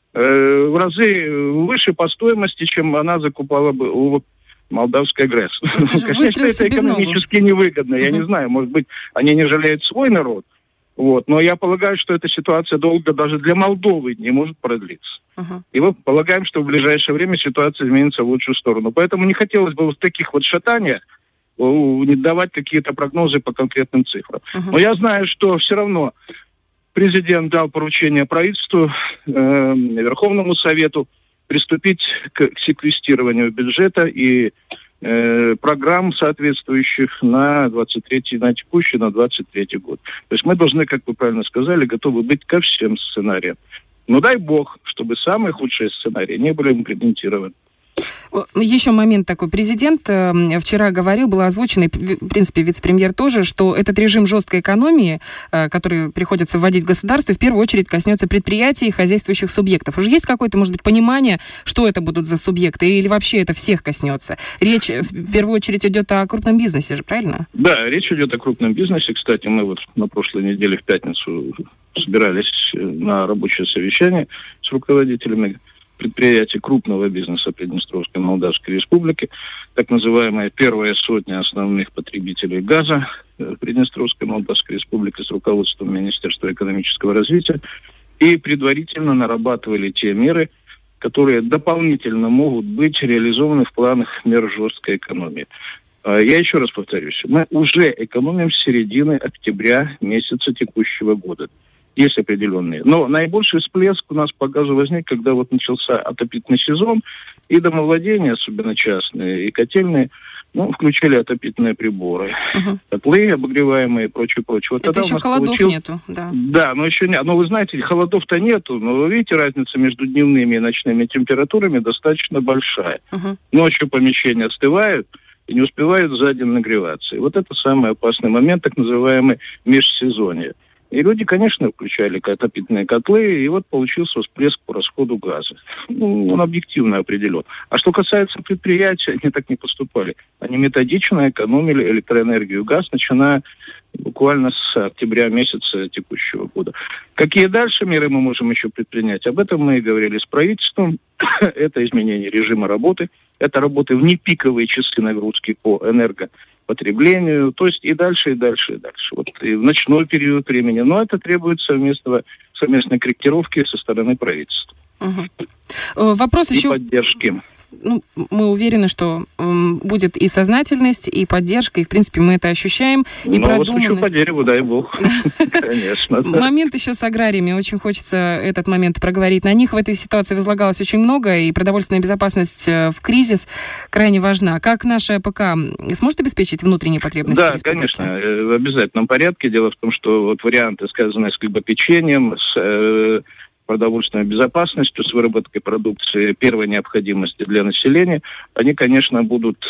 в разы выше по стоимости, чем она закупала бы у молдавской ГРЭС. Конечно, это экономически невыгодно. Я uh-huh. не знаю, может быть, они не жалеют свой народ. Вот. Но я полагаю, что эта ситуация долго даже для Молдовы не может продлиться. Uh-huh. И мы полагаем, что в ближайшее время ситуация изменится в лучшую сторону. Поэтому не хотелось бы в таких вот шатаниях не давать какие-то прогнозы по конкретным цифрам. Uh-huh. Но я знаю, что все равно президент дал поручение правительству, э, Верховному Совету приступить к, к секвестированию бюджета и э, программ соответствующих на двадцать третий, на текущий, на двадцать третий год. То есть мы должны, как вы правильно сказали, готовы быть ко всем сценариям. Но дай бог, чтобы самые худшие сценарии не были имплементированы. Еще момент такой. Президент вчера говорил, было озвучено, и, в принципе, вице-премьер тоже, что этот режим жесткой экономии, который приходится вводить в государстве, в первую очередь коснется предприятий и хозяйствующих субъектов. Уже есть какое-то, может быть, понимание, что это будут за субъекты, или вообще это всех коснется? Речь, в первую очередь, идет о крупном бизнесе же, правильно? Да, речь идет о крупном бизнесе. Кстати, мы вот на прошлой неделе в пятницу собирались на рабочее совещание с руководителями предприятий крупного бизнеса Приднестровской Молдавской Республики, так называемая первая сотня основных потребителей газа Приднестровской Молдавской Республики с руководством Министерства экономического развития, и предварительно нарабатывали те меры, которые дополнительно могут быть реализованы в планах мер жесткой экономии. Я еще раз повторюсь, мы уже экономим с середины октября месяца текущего года. Есть определенные. Но наибольший всплеск у нас по газу возник, когда вот начался отопительный сезон, и домовладения, особенно частные, и котельные, Ну, включили отопительные приборы, uh-huh. котлы обогреваемые и прочее, прочее. Вот это еще холодов получил... нету, да. Да, но еще нет. Но вы знаете, холодов-то нету, но вы видите, разница между дневными и ночными температурами достаточно большая. Uh-huh. Ночью помещения остывают и не успевают за день нагреваться. И вот это самый опасный момент, так называемый межсезонье. И люди, конечно, включали отопительные котлы, и вот получился всплеск по расходу газа. Ну, он объективно определен. А что касается предприятий, они так не поступали. Они методично экономили электроэнергию и газ, начиная буквально с октября месяца текущего года. Какие дальше меры мы можем еще предпринять? Об этом мы и говорили с правительством. Это изменение режима работы, это работы в непиковые часы нагрузки по энергопотреблению, то есть и дальше, и дальше, и дальше. Вот и в ночной период времени. Но это требует совместного, совместной корректировки со стороны правительства. Угу. Вопрос и еще... поддержки. Ну, мы уверены, что м, будет и сознательность, и поддержка, и, в принципе, мы это ощущаем, и ну, продуманность. Вот по дереву, дай бог. Конечно. Момент еще с аграриями. Очень хочется этот момент проговорить. На них в этой ситуации возлагалось очень много, и продовольственная безопасность в кризис крайне важна. Как наша ПК сможет обеспечить внутренние потребности Да, республики? конечно, в обязательном порядке. Дело в том, что вот варианты, связанные с хлебопечением, с продовольственной безопасностью, с выработкой продукции первой необходимости для населения, они, конечно, будут,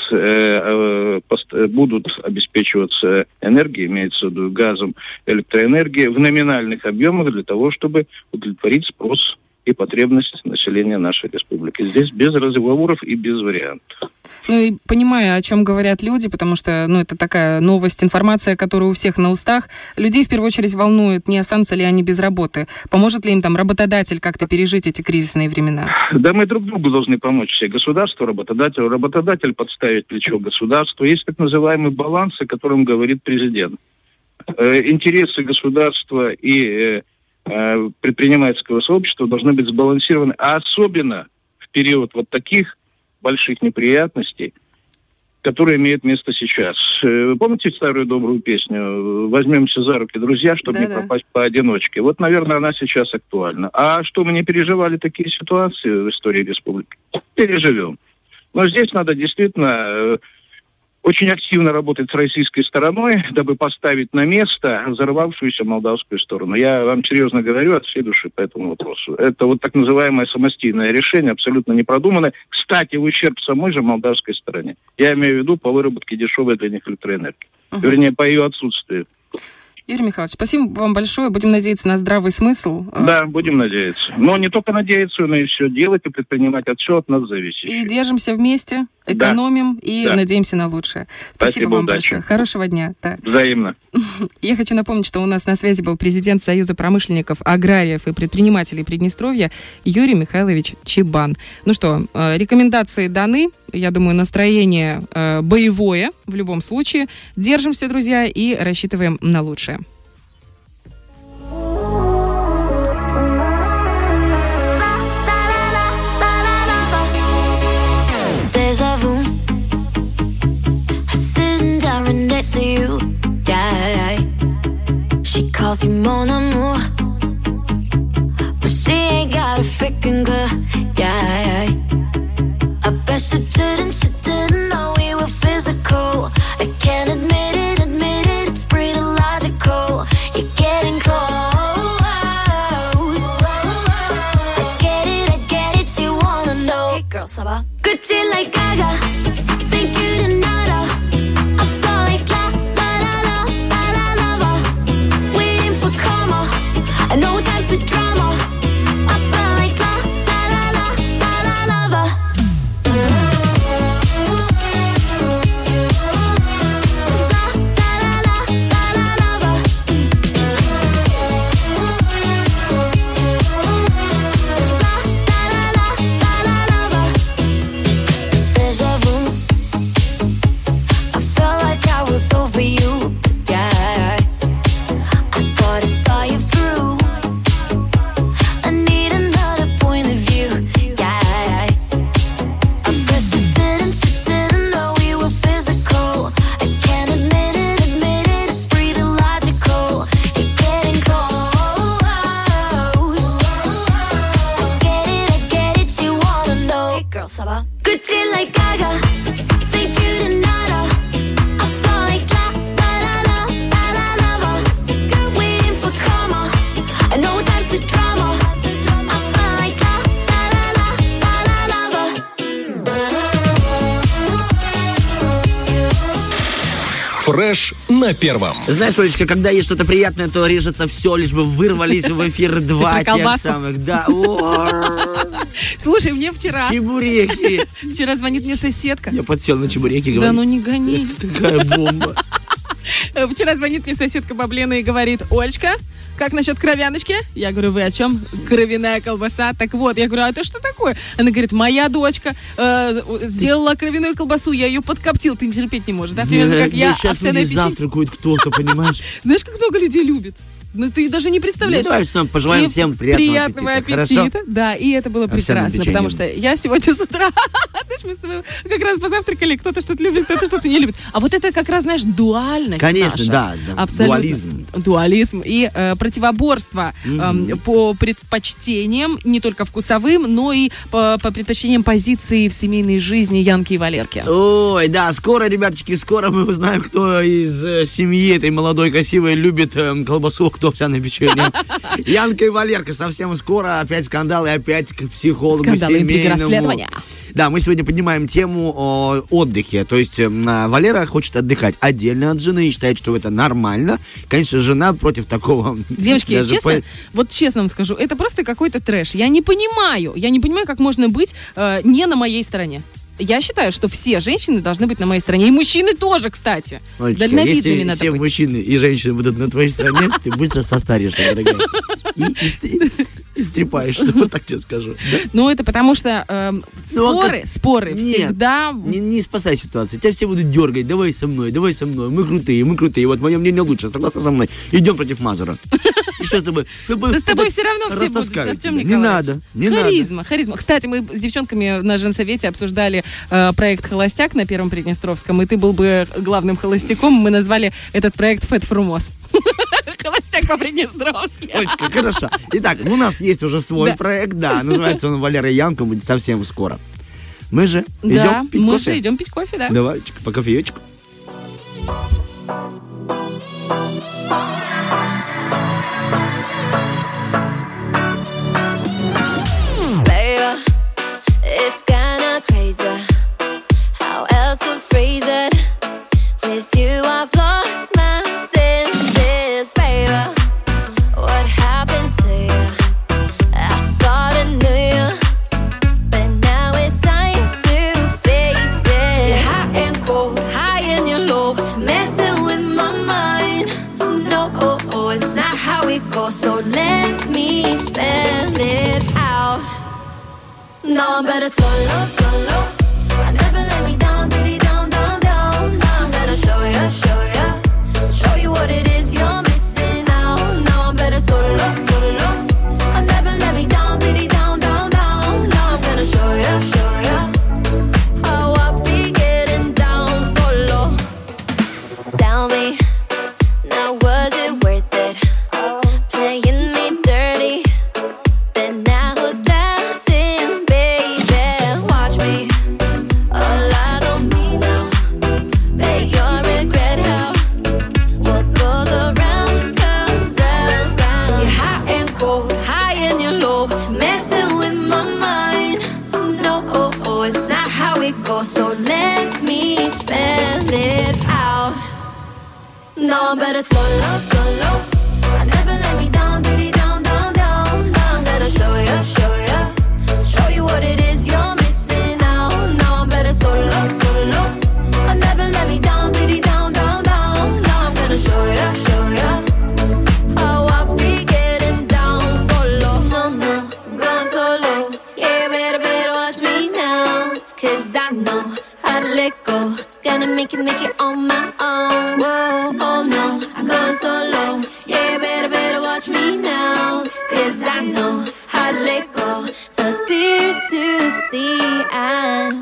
э, э, будут обеспечиваться энергией, имеется в виду газом, электроэнергией в номинальных объемах для того, чтобы удовлетворить спрос и потребность населения нашей республики. Здесь без разговоров и без вариантов. Ну и понимая, о чем говорят люди, потому что, ну, это такая новость, информация, которая у всех на устах, людей в первую очередь волнует, не останутся ли они без работы, поможет ли им там работодатель как-то пережить эти кризисные времена? Да, мы друг другу должны помочь все. Государство, работодатель, работодатель подставить плечо государству. Есть так называемый баланс, о котором говорит президент. Э, интересы государства и э, предпринимательского сообщества должны быть сбалансированы, а особенно в период вот таких больших неприятностей, которые имеют место сейчас. Вы помните старую добрую песню «Возьмемся за руки, друзья, чтобы да, не да. пропасть поодиночке»? Вот, наверное, она сейчас актуальна. А что, мы не переживали такие ситуации в истории республики? Переживем. Но здесь надо действительно очень активно работать с российской стороной, дабы поставить на место взорвавшуюся молдавскую сторону. Я вам серьезно говорю от всей души по этому вопросу. Это вот так называемое самостийное решение, абсолютно не продуманное. Кстати, в ущерб самой же молдавской стороне. Я имею в виду по выработке дешевой для них электроэнергии. Uh-huh. Вернее, по ее отсутствию. Юрий Михайлович, спасибо вам большое. Будем надеяться на здравый смысл. Да, будем надеяться. Но не только надеяться, но и все делать и предпринимать. От всего от нас зависит. И держимся вместе, экономим да. и да. надеемся на лучшее. Спасибо, Спасибо вам удачи. большое. Хорошего дня. Да. Взаимно. Я хочу напомнить, что у нас на связи был президент Союза промышленников, аграриев и предпринимателей Приднестровья Юрий Михайлович Чебан. Ну что, рекомендации даны. Я думаю, настроение э, боевое в любом случае. Держимся, друзья, и рассчитываем на лучшее. Calls you mon amour, but she ain't got a freaking clue. Yeah, I bet she didn't, she didn't know we were physical. I can't admit it, admit it, it's pretty logical. You're getting close. I get it, I get it, you wanna know. Hey girl, ça va? Gucci like Gaga, think you did nada. I fall like la. No time for drama. I feel like la la la la la la lover. La la la la la la lover. La la la la la la lover. Déjà vu. I felt like I was over you. Yeah. I thought I saw you through. Gucci like Gaga, think you did nada. Фреш на первом. Знаешь, Олечка, когда есть что-то приятное, то режется все, лишь бы вырвались в эфир два Про тех колбасу? самых. Да. Слушай, мне вчера... Чебуреки. Вчера звонит мне соседка. Я подсел на чебуреки, Да говорю. ну не гони. Такая бомба. Вчера звонит мне соседка Баблена и говорит: Олечка, как насчет кровяночки? Я говорю, вы о чем? Кровяная колбаса. Так вот, я говорю, а это что такое? Она говорит, моя дочка э, сделала кровяную колбасу, я ее подкоптил. Ты терпеть не можешь, да? Примерно как я Сейчас овсяное люди печенье. завтракают кто-то, понимаешь? Знаешь, как много людей любит? Ну, ты даже не представляешь. Ну, давайте нам пожелаем И всем приятного приятного аппетита. аппетита. Хорошо? Да, и это было Овсяным прекрасно, печеньем. потому что я сегодня с утра, знаешь, мы с тобой как раз позавтракали, кто-то что-то любит, кто-то что-то не любит. А вот это как раз, знаешь, дуальность Конечно, наша. да, да, Абсолютно. дуализм. Дуализм и э, противоборство э, по предпочтениям, не только вкусовым, но и по, по предпочтениям позиции в семейной жизни Янки и Валерки. Ой, да, скоро, ребяточки, скоро мы узнаем, кто из э, семьи этой молодой красивой любит э, колбасу, кто овсяное печенье. Янка и Валерка совсем скоро. Опять скандалы, опять к психологу Скандалы, интриги, семейному. расследования. Да, мы сегодня поднимаем тему о отдыхе. То есть э, Валера хочет отдыхать отдельно от жены и считает, что это нормально. Конечно, жена против такого. Девочки, Даже честно, по- вот честно вам скажу, это просто какой-то трэш. Я не понимаю, я не понимаю, как можно быть э, не на моей стороне. Я считаю, что все женщины должны быть на моей стороне. И мужчины тоже, кстати. Олечка, Дальновидными если надо все быть. мужчины и женщины будут на твоей стороне, ты быстро состаришься, дорогая. И, и, ст- и стрепаешься, вот так тебе скажу. Да? Ну, это потому что э, Ну, а споры, как- споры Нет, всегда... Не, не спасай ситуацию. Тебя все будут дергать. Давай со мной, давай со мной. Мы крутые, мы крутые. Вот мое мнение лучше. Согласна со мной? Идем против Мазура. И что с тобой? Да с тобой все равно все будут, Артем Не Николаевич. надо, не харизма, надо. харизма. Кстати, мы с девчонками на женсовете обсуждали э, проект «Холостяк» на Первом Приднестровском, и ты был бы главным холостяком. Мы назвали этот проект «Фэт Фрумос». Холостяк по-приднестровски. Олечка, хорошо. Итак, у нас есть уже свой Да. проект, да. Называется он «Валера и Янка», будет совсем скоро. Мы же Да, идем пить мы кофе? же идем пить кофе, да. Давайте по кофеечку. Baby, it's kinda crazy. How else to phrase it? With you, I've lost my senses, baby. What happened to you? I thought I knew you, but now it's time to face it. You're hot and cold, high and you're low, messing with my mind. No, it's not how it goes, so let me spell it out. No, I'm better solo, solo. I never let me down, diddy down, down, down. Now I'm gonna show ya, show ya, show you what it is you're missing out. No, I'm better solo, solo. I never let me down, diddy down, down, down. Now I'm gonna show ya, show ya, how I be getting down solo. Tell me, now was it worth it? Playing me dirty, but now who's laughing, baby? Watch me, all eyes on me now. Bet you'll regret how what goes around comes around. You're hot and cold, high and you're low, messing with my mind. No, it's not how it goes, so let me spell it out. No, I'm better solo, solo. I never let me down, diddy down, down, down. Now I'm gonna show ya, show ya, show you what it is you're missing out. No, I'm better solo, solo. I never let me down, diddy down, down, down. Now I'm gonna show ya, show ya, how I be getting down solo. No, no, I'm going solo. Yeah, better, better watch me now, 'cause I know how to let go. Gonna make it, make it on my own. Whoa, oh no, I'm going solo. Yeah, better, better watch me now, 'cause I know how to let go. So it's clear to see I'm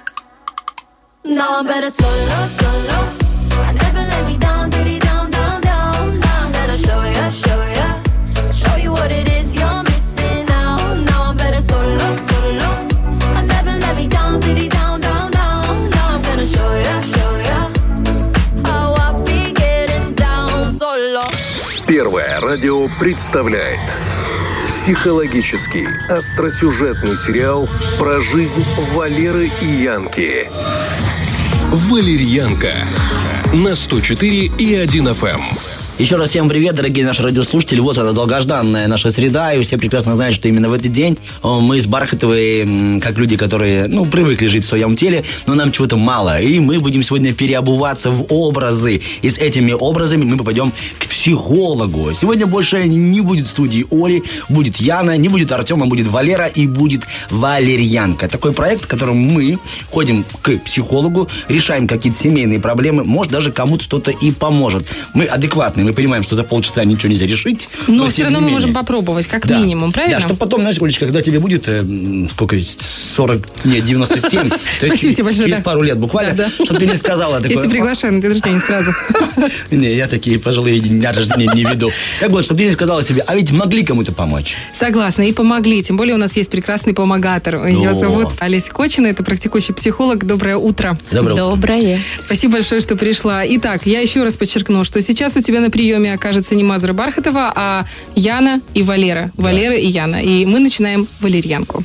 No, I'm better solo, solo. I never let me down, diddy down, down, down. Now I'm gonna show ya, show ya, show you what it is you're missing out. No, I'm better solo, solo. I never let me down, diddy down, down, down. Now I'm gonna show ya, show ya, how I be getting down solo. Первое радио представляет психологический, остросюжетный сериал про жизнь Валеры и Янки. «Валерьянка» на сто четыре и один эф эм. Еще раз всем привет, дорогие наши радиослушатели. Вот она, долгожданная наша среда, и все прекрасно знают, что именно в этот день мы с Бархатовой, как люди, которые, ну, привыкли жить в своем теле, но нам чего-то мало. И мы будем сегодня переобуваться в образы. И с этими образами мы попадем к психологу. Сегодня больше не будет студии Оли, будет Яна, не будет Артема, будет Валера и будет Валерьянка. Такой проект, в котором мы ходим к психологу, решаем какие-то семейные проблемы, может, даже кому-то что-то и поможет. Мы адекватные. Мы понимаем, что за полчаса ничего нельзя решить. Но, но все равно мы можем попробовать, как да. минимум, правильно? Да, чтобы потом, знаешь, Олечка, когда тебе будет, э, сколько, сорок, нет, девяносто семь, то через пару лет буквально, чтобы ты не сказала такое. Я тебя приглашаю на день рождения сразу. Не, я такие пожилые дни рождения не веду. Так вот, чтобы ты не сказала себе, а ведь могли кому-то помочь. Согласна, и помогли. Тем более у нас есть прекрасный помогатор. Ее зовут Олеся Кочина, это практикующий психолог. Доброе утро. Доброе утро. Доброе. Спасибо большое, что пришла. Итак, я еще раз подчеркну, что сейчас у тебя на приеме окажется не Мазура Бархатова, а Яна и Валера. Да. Валера и Яна. И мы начинаем валерьянку.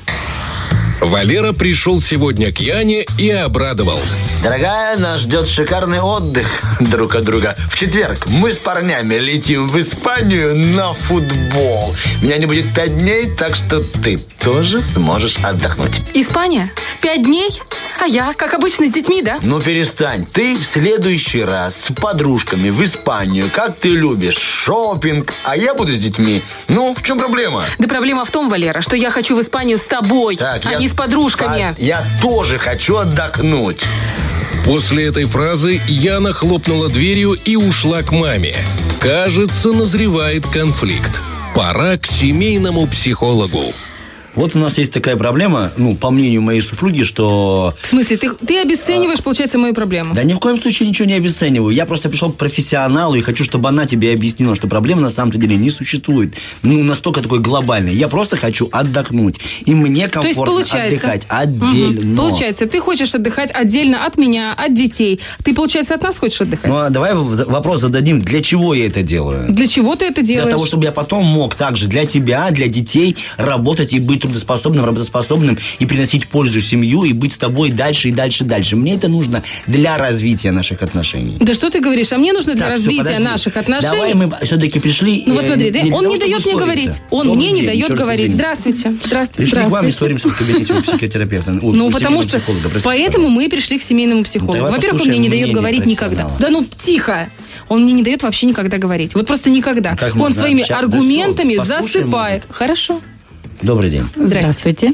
Валера пришел сегодня к Яне и обрадовал. Дорогая, нас ждет шикарный отдых друг от друга. В четверг мы с парнями летим в Испанию на футбол. Меня не будет пять дней, так что ты тоже сможешь отдохнуть. Испания? Пять дней? А я, как обычно, с детьми, да? Ну, перестань. Ты в следующий раз с подружками в Испанию, как ты любишь, шопинг, а я буду с детьми. Ну, в чем проблема? Да проблема в том, Валера, что я хочу в Испанию с тобой, так, а я... не с подружками. А я тоже хочу отдохнуть. После этой фразы Яна хлопнула дверью и ушла к маме. Кажется, назревает конфликт. Пора к семейному психологу. Вот у нас есть такая проблема, ну, по мнению моей супруги, что... В смысле, ты, ты обесцениваешь, а... получается, мою проблему? Да ни в коем случае ничего не обесцениваю. Я просто пришел к профессионалу и хочу, чтобы она тебе объяснила, что проблема на самом деле не существует. Ну, настолько такой глобальной. Я просто хочу отдохнуть. И мне комфортно отдыхать отдельно. Угу. Получается, ты хочешь отдыхать отдельно от меня, от детей. Ты, получается, от нас хочешь отдыхать? Ну, а давай вопрос зададим, для чего я это делаю? Для чего ты это делаешь? Для того, чтобы я потом мог также для тебя, для детей работать и быть трудоспособным, работоспособным и приносить пользу в семью и быть с тобой дальше и дальше, дальше. Мне это нужно для развития наших отношений. Да что ты говоришь? А мне нужно для так, развития все, наших отношений. Давай мы все-таки пришли. Ну вот смотри, да? не он не дает мне говорить. Он Добрый мне день, не дает говорить. Здравствуйте. Здравствуйте. Пришли Здравствуйте. к вам и сторимся в кабинете у психотерапевта. У, ну у потому что, поэтому мы пришли к семейному психологу. Давай Во-первых, он мне не дает говорить никогда. Да ну, тихо. Он мне не дает вообще никогда говорить. Вот просто никогда. Как он можно? своими Сейчас, аргументами да, засыпает. можно. Хорошо. Добрый день. Здравствуйте.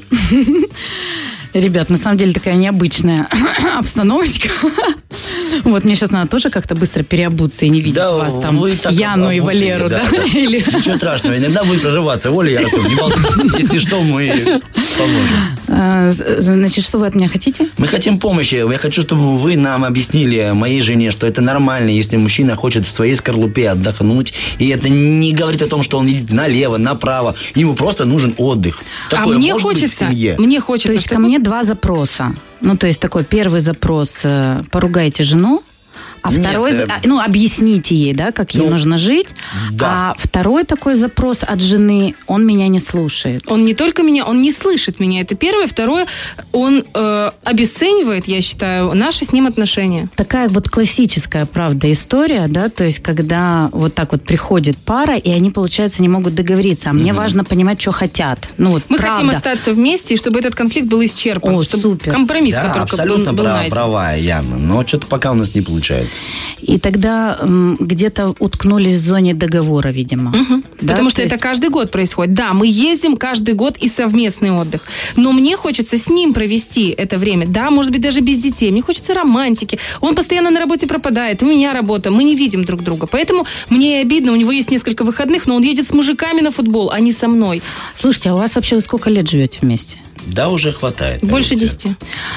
Ребят, на самом деле такая необычная обстановочка. Вот мне сейчас надо тоже как-то быстро переобуться и не видеть да, вас там, Яну и Валеру, да? да? Или... Ничего страшного, иногда будет проживаться. Оля, я не волнуйтесь, если что, мы поможем. Значит, что вы от меня хотите? Мы хотим помощи. Я хочу, чтобы вы нам объяснили, моей жене, что это нормально, если мужчина хочет в своей скорлупе отдохнуть, и это не говорит о том, что он идет налево, направо. Ему просто нужен отдых. Такое а мне хочется, мне хочется, то есть ко мне два запроса. Ну, то есть такой первый запрос – поругайте жену, а Нет, второй, э... ну, объясните ей, да, как ей ну, нужно жить. Да. А второй такой запрос от жены, он меня не слушает. Он не только меня, он не слышит меня. Это первое. Второе, он э, обесценивает, я считаю, наши с ним отношения. Такая вот классическая, правда, история, да, то есть когда вот так вот приходит пара, и они, получается, не могут договориться. А мне угу. важно понимать, что хотят. Ну, вот, Мы правда. хотим остаться вместе, и чтобы этот конфликт был исчерпан. О, чтобы супер. Компромисс, да, который абсолютно был, был найден. права, Яна. Но что-то пока у нас не получается. И тогда м, где-то уткнулись в зоне договора, видимо. Угу. Да? Потому что То это есть... каждый год происходит. Да, мы ездим каждый год и совместный отдых. Но мне хочется с ним провести это время. Да, может быть, даже без детей. Мне хочется романтики. Он постоянно на работе пропадает. У меня работа. Мы не видим друг друга. Поэтому мне обидно. У него есть несколько выходных, но он едет с мужиками на футбол, а не со мной. Слушайте, а у вас вообще вы сколько лет живете вместе? Да, уже хватает. Больше десяти.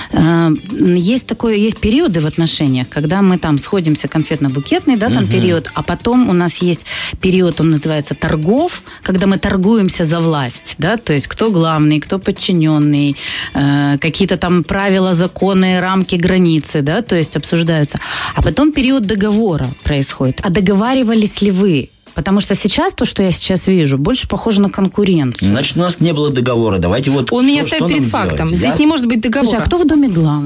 Есть такое, есть периоды в отношениях, когда мы там сходимся конфетно-букетный, да, там угу. период, а потом у нас есть период, он называется торгов, когда мы торгуемся за власть, да, то есть кто главный, кто подчиненный, э, какие-то там правила, законы, рамки, границы, да, то есть обсуждаются. А потом период договора происходит. А договаривались ли вы? Потому что сейчас то, что я сейчас вижу, больше похоже на конкуренцию. Значит, у нас не было договора. Давайте вот... Он что, меня ставит перед фактом. Делать? Здесь я... не может быть договора. Слушай, а кто в доме главный?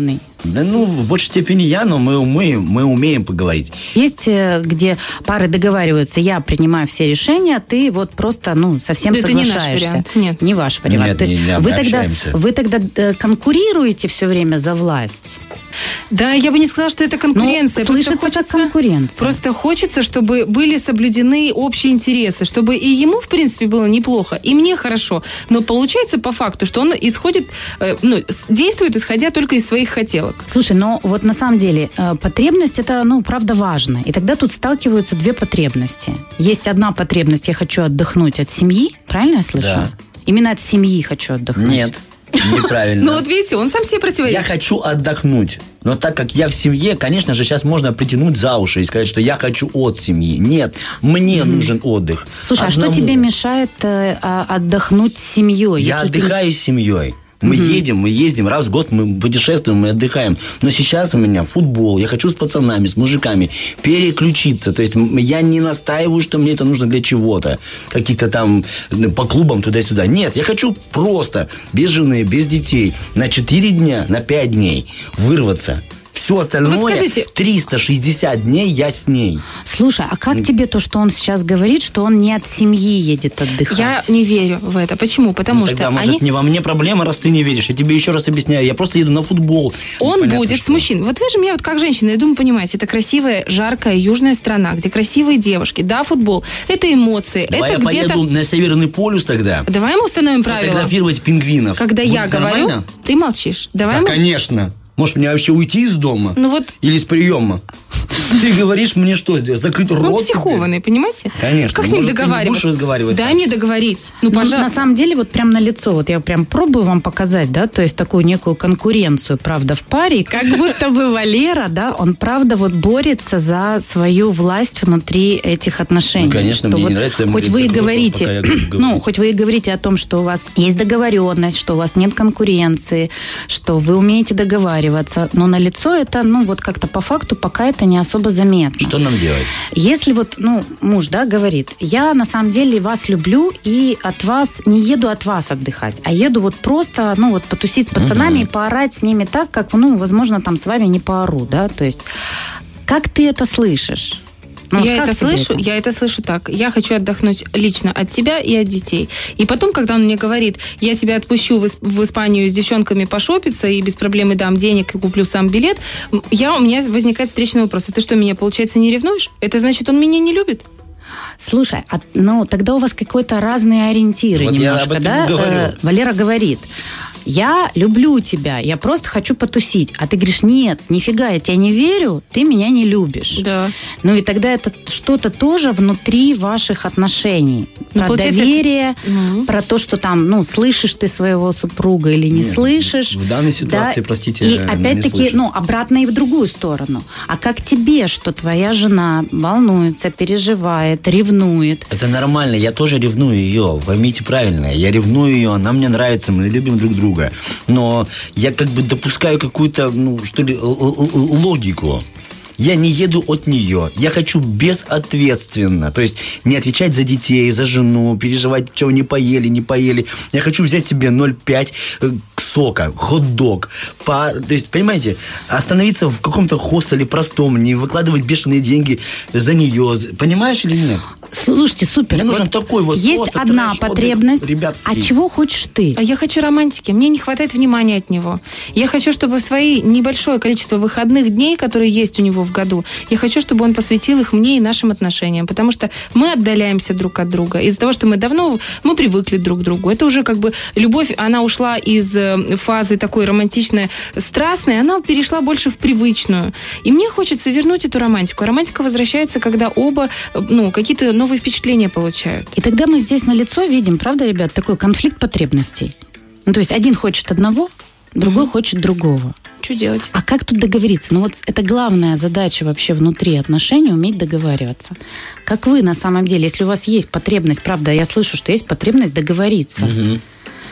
Да, ну, в большей степени я, но мы умеем, мы умеем поговорить. Есть, э, где пары договариваются, я принимаю все решения, ты вот просто, ну, совсем Да это не наш соглашаешься. вариант, нет. Не ваш вариант. Нет, То есть не- не, вы, мы тогда, общаемся. вы тогда э, конкурируете все время за власть? Да, я бы не сказала, что это конкуренция. Ну, слышится просто как хочется, конкуренция. Просто хочется, чтобы были соблюдены общие интересы, чтобы и ему, в принципе, было неплохо, и мне хорошо. Но получается по факту, что он исходит, э, ну, с- действует, исходя только из своих хотелок. Слушай, но вот на самом деле э, потребность это, ну, правда важно. И тогда тут сталкиваются две потребности. Есть одна потребность, я хочу отдохнуть от семьи, правильно я слышу? Да. Именно от семьи хочу отдохнуть. Нет, неправильно. Ну вот видите, он сам себе противоречит. Я хочу отдохнуть. Но так как я в семье, конечно же, сейчас можно притянуть за уши и сказать, что я хочу от семьи. Нет, мне нужен отдых. Слушай, а что Одному. тебе мешает э, а, отдохнуть с семьей? Я Если ты- отдыхаю с семьей. Мы Мгм. едем, мы ездим, раз в год мы путешествуем, мы отдыхаем. Но сейчас у меня футбол, я хочу с пацанами, с мужиками переключиться. То есть м, я не настаиваю, что мне это нужно для чего-то. Каких-то там э, по клубам туда-сюда. Нет, я хочу просто без жены, без детей на четыре дня, на пять дней вырваться. Все остальное, Вот скажите- триста шестьдесят дней я с ней. Слушай, а как тебе то, что он сейчас говорит, что он не от семьи едет отдыхать? Я не верю в это. Почему? Потому Ну, что тогда, может, они... не во мне проблема, раз ты не веришь. Я тебе еще раз объясняю. Я просто еду на футбол. Он Непонятно будет что. с мужчин. Вот вы же меня вот как женщина, я думаю, понимаете, это красивая, жаркая южная страна, где красивые девушки. Да, футбол. Это эмоции. Давай это я где-то... поеду на Северный полюс тогда. Давай мы установим правила. Фотографировать пингвинов. Когда я Будет говорю, нормально? ты молчишь. Давай Да, мы... конечно. Может, мне вообще уйти из дома? Ну вот- Или с приема? Ты говоришь мне что сделать? Закрыть рот? Он тебе? психованный, понимаете? Конечно. Как с ним Может, ты не договариваться? будешь разговаривать Дай так? мне договорить. Ну, Ну, пожалуйста. на самом деле, вот прям на лицо, вот я прям пробую вам показать, да, то есть такую некую конкуренцию, правда, в паре, и как будто бы Валера, да, он правда вот борется за свою власть внутри этих отношений. Ну, конечно, Что мне вот не нравится, когда хоть мне вы и закроют рот, говорите, пока я говорю. ну, хоть вы и говорите о том, что у вас есть договоренность, что у вас нет конкуренции, что вы умеете договариваться, но на лицо это, ну, вот как-то по факту пока это не особо заметно. Что нам делать? Если вот, ну, муж, да, говорит, я на самом деле вас люблю и от вас, не еду от вас отдыхать, а еду вот просто, ну, вот потусить с пацанами и поорать с ними так, как, ну, возможно, там с вами не поору, да, то есть как ты это слышишь? Ну, я как это тебе слышу, это? я это слышу так. Я хочу отдохнуть лично от тебя и от детей. И потом, когда он мне говорит, я тебя отпущу в, Ис- в Испанию с девчонками пошопиться и без проблем дам денег и куплю сам билет, м, я, у меня возникает встречный вопрос. А ты что, меня, получается, не ревнуешь? Это значит, он меня не любит? Слушай, а, ну, тогда у вас какой-то разные ориентиры Вот я об немножко, этом да? и говорю. Э, Валера говорит, я люблю тебя, я просто хочу потусить. А ты говоришь, нет, нифига, я тебя не верю, ты меня не любишь. Да. Ну и тогда это что-то тоже внутри ваших отношений. Ну, Про получается, доверие, Мгм. про то, что там, ну, слышишь ты своего супруга или не Нет, слышишь. в данной ситуации, Да, простите, И э, не опять-таки, слышу. ну, обратно и в другую сторону. А как тебе, что твоя жена волнуется, переживает, ревнует? Это нормально, я тоже ревную ее, поймите правильно. Я ревную ее, она мне нравится, мы любим друг друга. Но я как бы допускаю какую-то, ну, что ли, л- л- л- логику. Я не еду от нее. Я хочу безответственно. То есть не отвечать за детей, за жену, переживать, что не поели, не поели. Я хочу взять себе ноль целых пять э, сока, хот-дог. По, то есть, понимаете, остановиться в каком-то хостеле простом, не выкладывать бешеные деньги за нее. Понимаешь или нет? Слушайте, супер. Мне нужен такой вот Есть просто одна трэш-отдых потребность. ребятский. А чего хочешь ты? А я хочу романтики. Мне не хватает внимания от него. Я хочу, чтобы в свои небольшое количество выходных дней, которые есть у него в году, я хочу, чтобы он посвятил их мне и нашим отношениям. Потому что мы отдаляемся друг от друга. Из-за того, что мы давно, мы привыкли друг к другу. Это уже как бы любовь, она ушла из э, фазы такой романтичной, страстной, она перешла больше в привычную. И мне хочется вернуть эту романтику. А романтика возвращается, когда оба, э, ну, какие-то новые впечатления получают. И тогда мы здесь на лицо видим, правда, ребят, такой конфликт потребностей. Ну, то есть один хочет одного, другой хочет другого. Что делать? А как тут договориться? Ну вот это главная задача вообще внутри отношений — уметь договариваться. Как вы на самом деле, если у вас есть потребность, правда, я слышу, что есть потребность договориться. Мгм.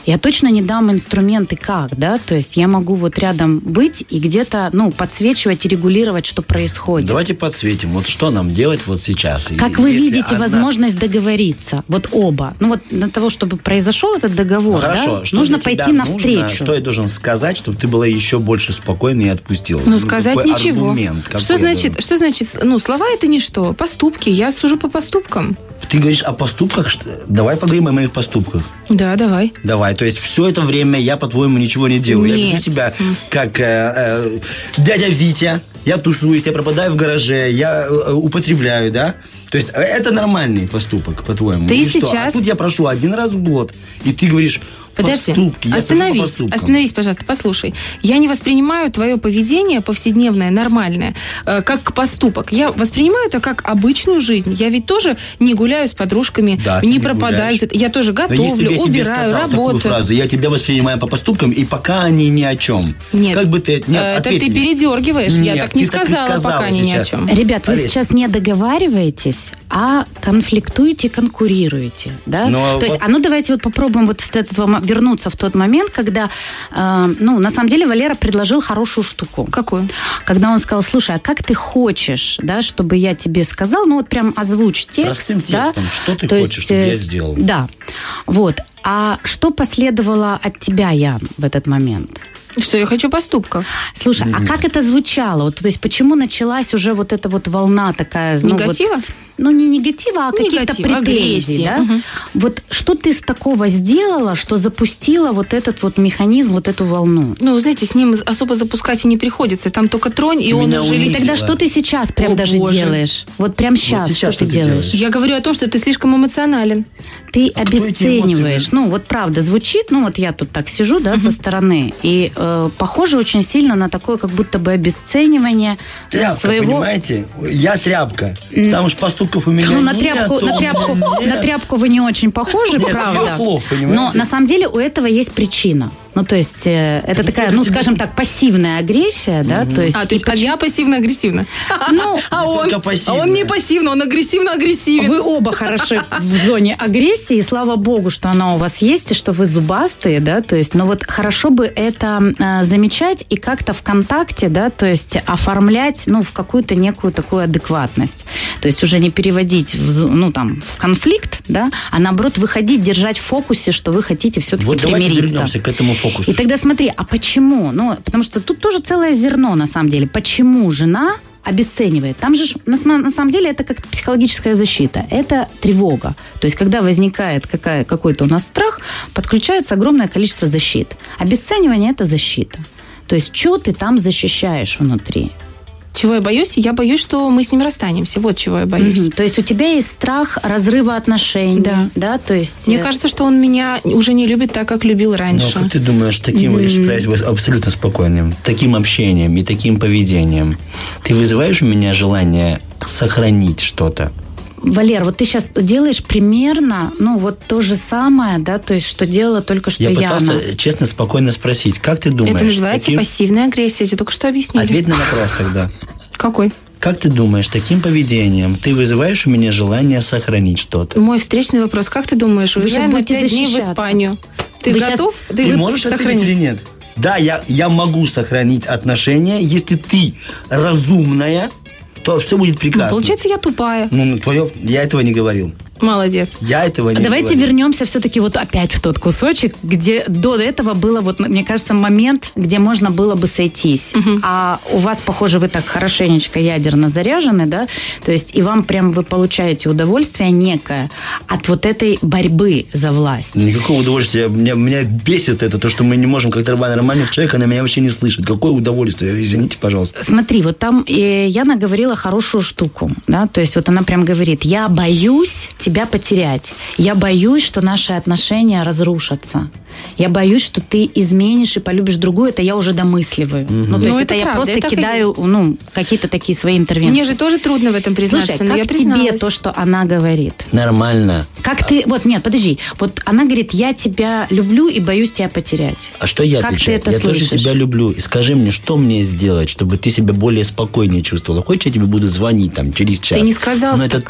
я точно не дам инструменты как, да, то есть я могу вот рядом быть и где-то, ну, подсвечивать и регулировать, что происходит. Давайте подсветим. Вот что нам делать вот сейчас? Как И вы если видите одна- возможность договориться, вот оба, ну вот для того, чтобы произошел этот договор, Ну, хорошо, да, что нужно для тебя пойти нужно, навстречу. Что я должен сказать, чтобы ты была еще больше спокойной и отпустила? Ну, сказать какой ничего. аргумент? Какой Что я значит, что значит, ну, слова это ничто, поступки. Я сужу по поступкам. Ты говоришь о поступках? Что- Давай поговорим о моих поступках. Да, давай. Давай, то есть все это время я, по-твоему, ничего не делаю. Я Нет. веду себя как э, э, дядя Витя, я тусуюсь, я пропадаю в гараже, я э, употребляю, да? То есть э, это нормальный поступок, по-твоему? Ты Или что? сейчас- А тут я прошу один раз в год, и ты говоришь Подожди, поступки. Я хожу по остановись, поступкам. остановись, пожалуйста, послушай. Я не воспринимаю твое поведение повседневное, нормальное, э, как поступок. Я воспринимаю это как обычную жизнь. Я ведь тоже не гуляю с подружками, Да, ты не не пропадаю. гуляешь. Я тоже Но если бы готовлю, я тебе убираю, сказал такую работаю. фразу, я тебя воспринимаю по поступкам, и пока они ни о чем. Нет, Как бы ты... Нет, э, это ответь ты мне. передергиваешь. Я Нет, так не ты так и сказала, сказала пока они ни о сейчас. чем. Ребят, вы Олесь. сейчас не договариваетесь, а конфликтуете, конкурируете, да? Но То есть, вот- а ну давайте вот попробуем вот с этого мо- вернуться в тот момент, когда, э, ну, на самом деле Валера предложил хорошую штуку. Какую? Когда он сказал, слушай, а как ты хочешь, да, чтобы я тебе сказал, ну вот прям озвучь текст. Простым да? текстом, что ты То хочешь, есть, чтобы э, я сделал? Да, вот. А что последовало от тебя, Ян, в этот момент? Что я хочу поступков. Слушай, а как это звучало? Вот, то есть почему началась уже вот эта вот волна такая? ну, Негатива? вот, ну, не негатива, а каких-то Негатив, претензий, агрессии, да? мгм. Вот что ты с такого сделала, что запустила вот этот вот механизм, вот эту волну? Ну, знаете, с ним особо запускать и не приходится. Там только тронь, и Ты он меня уже унизила. летит. Тогда что ты сейчас прям О, даже Боже. делаешь? Вот прям сейчас, сейчас что, что ты ты делаешь? делаешь? Я говорю о том, что ты слишком эмоционален. Ты А кто эти обесцениваешь. эмоции? Ну, вот правда, звучит, ну, вот я тут так сижу, да, со стороны, и э, похоже очень сильно на такое, как будто бы обесценивание ну, Тряпка, своего... понимаете? Я тряпка. Там уж поступков у меня Ну, на нету. тряпку, на, тряпку, на тряпку вы не очень похожи, Нет, правда. с слов, Но понимаете? на самом деле у этого есть причина. Ну, то есть, э, это такая, ну, скажем так, пассивная агрессия, да, то есть... А, то есть и а я пассивно-агрессивна. Ну, а он, только а пассивная. он не пассивно, он агрессивно-агрессивен. Вы оба хороши в зоне агрессии, и слава богу, что она у вас есть, и что вы зубастые, да, то есть, но вот хорошо бы это э, замечать и как-то в контакте, да, то есть оформлять, ну, в какую-то некую такую адекватность. То есть уже не переводить, в, зо- ну, там, в конфликт, да, а наоборот выходить, держать в фокусе, что вы хотите все-таки Вот давайте примириться. вернемся к этому фокусу. И тогда смотри, а почему? Ну, потому что тут тоже целое зерно, на самом деле. Почему жена обесценивает? Там же, ж, на, сма- на самом деле, это как психологическая защита. Это тревога. То есть, когда возникает какая, какой-то у нас страх, подключается огромное количество защит. Обесценивание – это защита. То есть, что ты там защищаешь внутри? Чего я боюсь? Я боюсь, что мы с ним расстанемся. Вот чего я боюсь. Мгм. То есть, у тебя есть страх разрыва отношений. Да. Да, то есть... Мне э, кажется, что он меня уже не любит так, как любил Ну, раньше. как ты думаешь, таким, я считаюсь абсолютно спокойным, таким общением и таким поведением, ты вызываешь у меня желание сохранить что-то? Валер, вот ты сейчас делаешь примерно, ну, вот то же самое, да, то есть, что делала только что Я Яна. пытался честно, спокойно спросить, как ты думаешь? Это называется таким- пассивная агрессия. Я тебе только что объяснили. Ответь на вопрос тогда. Какой? Как ты думаешь, таким поведением ты вызываешь у меня желание сохранить что-то? Мой встречный вопрос. Как ты думаешь, Вы уезжаем щас на будете пять дней в защищаться. Испанию? Ты Вы щас- готов? Ты можешь ответить или нет? Да, я, я могу сохранить отношения, если ты разумная, то все будет Ну, прекрасно. получается, я тупая. Ну, твое, я этого не говорил. Молодец. Я этого не Давайте говорил. вернемся все-таки вот опять в тот кусочек, где до этого было, вот, мне кажется, момент, где можно было бы сойтись. А у вас, похоже, вы так хорошенечко ядерно заряжены, да? То есть и вам прям вы получаете удовольствие некое от вот этой борьбы за власть. Никакого удовольствия. Меня, меня бесит это, то, что мы не можем как-то нормальных человек, она меня вообще не слышит. Какое удовольствие? Извините, пожалуйста. Смотри, вот там э, Яна говорила хорошую штуку, да, то есть вот она прям говорит, я боюсь тебя потерять, я боюсь, что наши отношения разрушатся, я боюсь, что ты изменишь и полюбишь другую, это я уже домысливаю. Ну, то Ну, есть это это, я правда, просто это так и кидаю, есть. ну, какие-то такие свои интервенции. Мне же тоже трудно в этом признаться, Слушай, но как я тебе призналась. то, что она говорит? Нормально. Как ты, вот нет, подожди, вот она говорит, я тебя люблю и боюсь тебя потерять. А что я Как отвечаю? ты это Я слышишь? тоже тебя люблю. И скажи мне, что мне сделать, чтобы ты себя более спокойнее чувствовала? Хочешь, я тебе буду звонить там через час? Ты не сказал Но это так. то-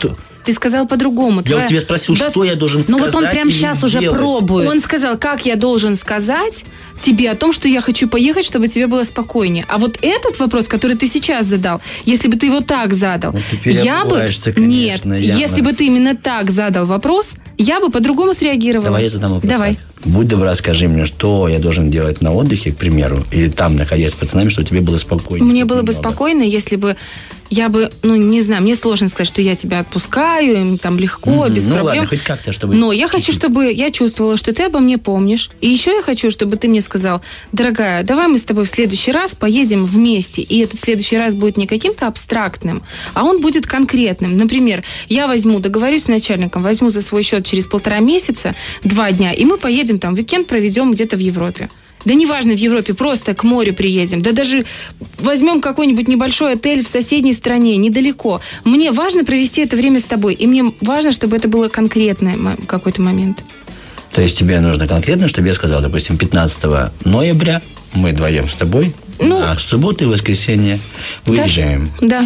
Ты сказал по-другому. Я Твоя- вот тебя спросил, Да- что я должен Ну сказать вот он прямо или сейчас уже сделать? пробует. Он сказал, как я должен сказать тебе о том, что я хочу поехать, чтобы тебе было спокойнее. А вот этот вопрос, который ты сейчас задал, если бы ты его так задал, Ну, ты я бы... переобуваешься, Нет, конечно, Яна. если бы ты именно так задал вопрос, я бы по-другому среагировала. Давай я задам вопрос. Давай. Будь добра, скажи мне, что я должен делать на отдыхе, к примеру, или там, находясь с пацанами, чтобы тебе было спокойнее. Мне было бы немного. спокойно, если бы я бы, ну, не знаю, мне сложно сказать, что я тебя отпускаю, им там легко, Мгм. без ну, проблем. ладно, хоть как-то, чтобы... Но я хочу, чтобы я чувствовала, что ты обо мне помнишь. И еще я хочу, чтобы ты мне сказал, дорогая, давай мы с тобой в следующий раз поедем вместе. И этот следующий раз будет не каким-то абстрактным, а он будет конкретным. Например, я возьму, договорюсь с начальником, возьму за свой счет через полтора месяца, два дня, и мы поедем там, уикенд проведем где-то в Европе. Да неважно, в Европе, просто к морю приедем. Да даже возьмем какой-нибудь небольшой отель в соседней стране, недалеко. Мне важно провести это время с тобой. И мне важно, чтобы это было конкретный м- какой-то момент. То есть тебе нужно конкретно, чтобы я сказал, допустим, пятнадцатого ноября мы вдвоем с тобой, Ну, а в субботу и воскресенье выезжаем. Да.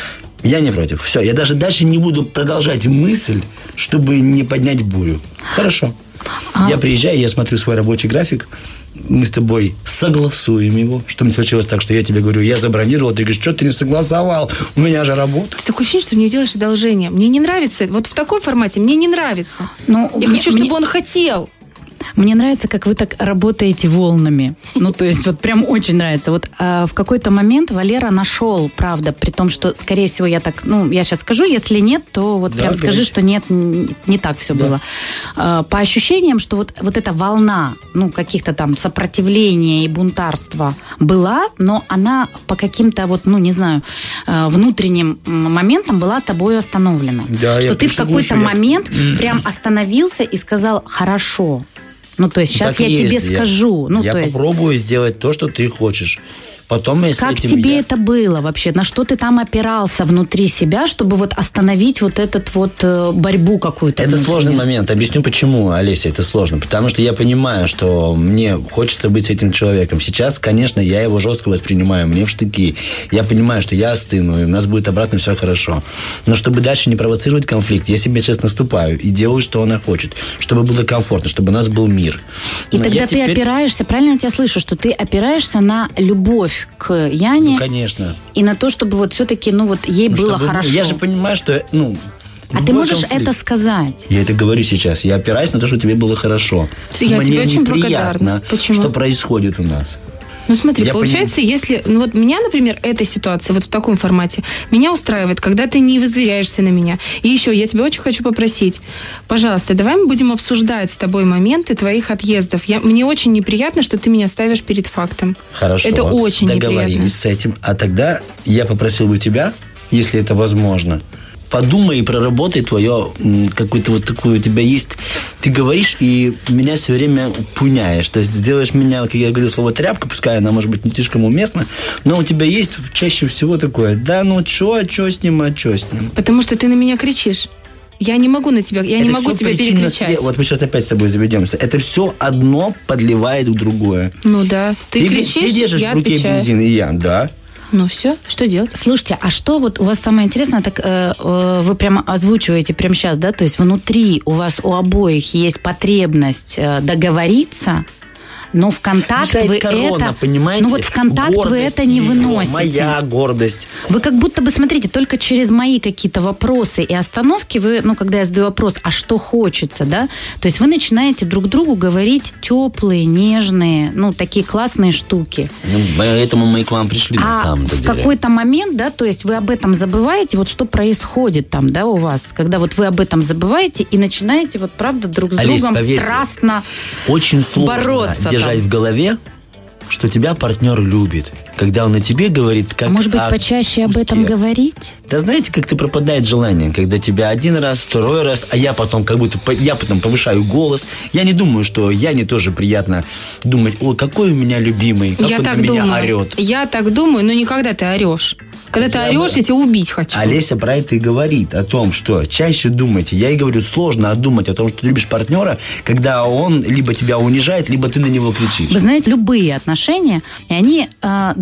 Я не против. Все, я даже дальше не буду продолжать мысль, чтобы не поднять бурю. Хорошо. Я приезжаю, я смотрю свой рабочий график, мы с тобой согласуем его, что не случилось так, что я тебе говорю, я забронировал, ты говоришь, что ты не согласовал, у меня же работа. Такое ощущение, что ты мне делаешь одолжение. Мне не нравится. Вот в такой формате мне не нравится. Ну, я мне- хочу, чтобы мне- он хотел. Мне нравится, как вы так работаете волнами. Ну, то есть, вот прям очень нравится. Вот а, в какой-то момент Валера нашел, правда, при том, что, скорее всего, я так, ну, я сейчас скажу, если нет, то вот Да, прям скажи, говорите. что нет, н- не так все было. А, по ощущениям, что вот, вот эта волна, ну, каких-то там сопротивления и бунтарства была, но она по каким-то вот, ну, не знаю, а, внутренним м, моментам была с тобой остановлена. Да, я что ты в пришел какой-то глушу, я- момент прям остановился и сказал «хорошо». Ну, то есть, сейчас Так я и тебе есть. Я- скажу. Ну, я то есть, попробую сделать то, что ты хочешь. Потом, если как этим тебе я- это было вообще? На что ты там опирался внутри себя, чтобы вот остановить вот этот вот э, борьбу какую-то? Это внутреннюю? сложный момент. Объясню, почему, Олеся, это сложно. Потому что я понимаю, что мне хочется быть с этим человеком. Сейчас, конечно, я его жестко воспринимаю, мне в штыки. Я понимаю, что я остыну, и у нас будет обратно все хорошо. Но чтобы дальше не провоцировать конфликт, я себе сейчас наступаю и делаю, что она хочет. Чтобы было комфортно, чтобы у нас был мир. И Но тогда я ты теперь- опираешься, правильно я тебя слышу, что ты опираешься на любовь к Яне Ну, конечно. и на то, чтобы вот все-таки, ну, вот ей Ну, было чтобы- хорошо. Я же понимаю, что, ну... А ты любой можешь конфликт- это сказать? Я это говорю сейчас. Я опираюсь на то, что тебе было хорошо. Я Мне тебе очень неприятно, благодарна. Почему? что происходит у нас. Ну смотри, Я получается, если... Ну вот меня, например, эта ситуация, вот в таком формате, меня устраивает, когда ты не возверяешься на меня. И еще, я тебя очень хочу попросить, пожалуйста, давай мы будем обсуждать с тобой моменты твоих отъездов. Я, мне очень неприятно, что ты меня ставишь перед фактом. Хорошо. Это очень договорились неприятно. с этим. А тогда я попросил бы тебя, если это возможно, подумай и проработай твое м, какую-то вот такую, у тебя есть, ты говоришь и меня все время пуняешь, то есть сделаешь меня, как я говорю, слово тряпка, пускай она может быть не слишком уместна, но у тебя есть чаще всего такое, да ну чё, а чё с ним, а чё с ним. Потому что ты на меня кричишь. Я не могу на тебя, я не Это могу всё тебя причинно перекричать. след- Вот мы сейчас опять с тобой заведемся. Это все одно подливает в другое. Ну да, ты, ты кричишь, ты держишь я в руке отвечаю. бензин, и я, да. Ну все, что делать? Слушайте, а что вот у вас самое интересное, так э, э, вы прямо озвучиваете прямо сейчас, да, то есть внутри у вас у обоих есть потребность э, договориться, но в контакт Мешает вы корона, это, понимаете? ну вот в контакт вы Гордость это не её, выносите. Моя гордость. Вы как будто бы, смотрите, только через мои какие-то вопросы и остановки, вы, ну, когда я задаю вопрос, а что хочется, да, то есть вы начинаете друг другу говорить теплые, нежные, ну, такие классные штуки. Ну, поэтому мы и к вам пришли, на А самом-то в деле. какой-то момент, да, то есть вы об этом забываете, вот что происходит там, да, у вас, когда вот вы об этом забываете и начинаете вот, правда, друг с Олесь, другом поверьте, страстно Очень сложно бороться держать там. в голове, что тебя партнер любит. Когда он о тебе говорит, как А может быть, о почаще об этом куске. говорить? Да знаете, как-то пропадает желание, когда тебя один раз, второй раз, а я потом как будто, по- я потом повышаю голос. Я не думаю, что Яне тоже приятно думать, ой, какой у меня любимый, как Я он так на меня думаю. орет. Я так думаю, но никогда ты орешь. Когда ты орешь, я тебя убить хочу. Олеся про это и говорит, о том, что чаще думайте. Я и говорю, сложно думать о том, что ты любишь партнера, когда он либо тебя унижает, либо ты на него кричишь. Вы знаете, любые отношения, и они э, должны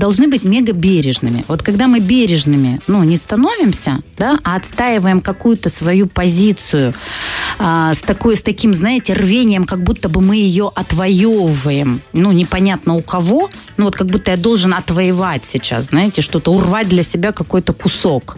должны быть мега бережными. Вот когда мы бережными, ну, не становимся, да, а отстаиваем какую-то свою позицию а, с, такой, с таким, знаете, рвением, как будто бы мы ее отвоевываем. Ну, непонятно у кого, ну, вот как будто я должен отвоевать сейчас, знаете, что-то, урвать для себя какой-то кусок.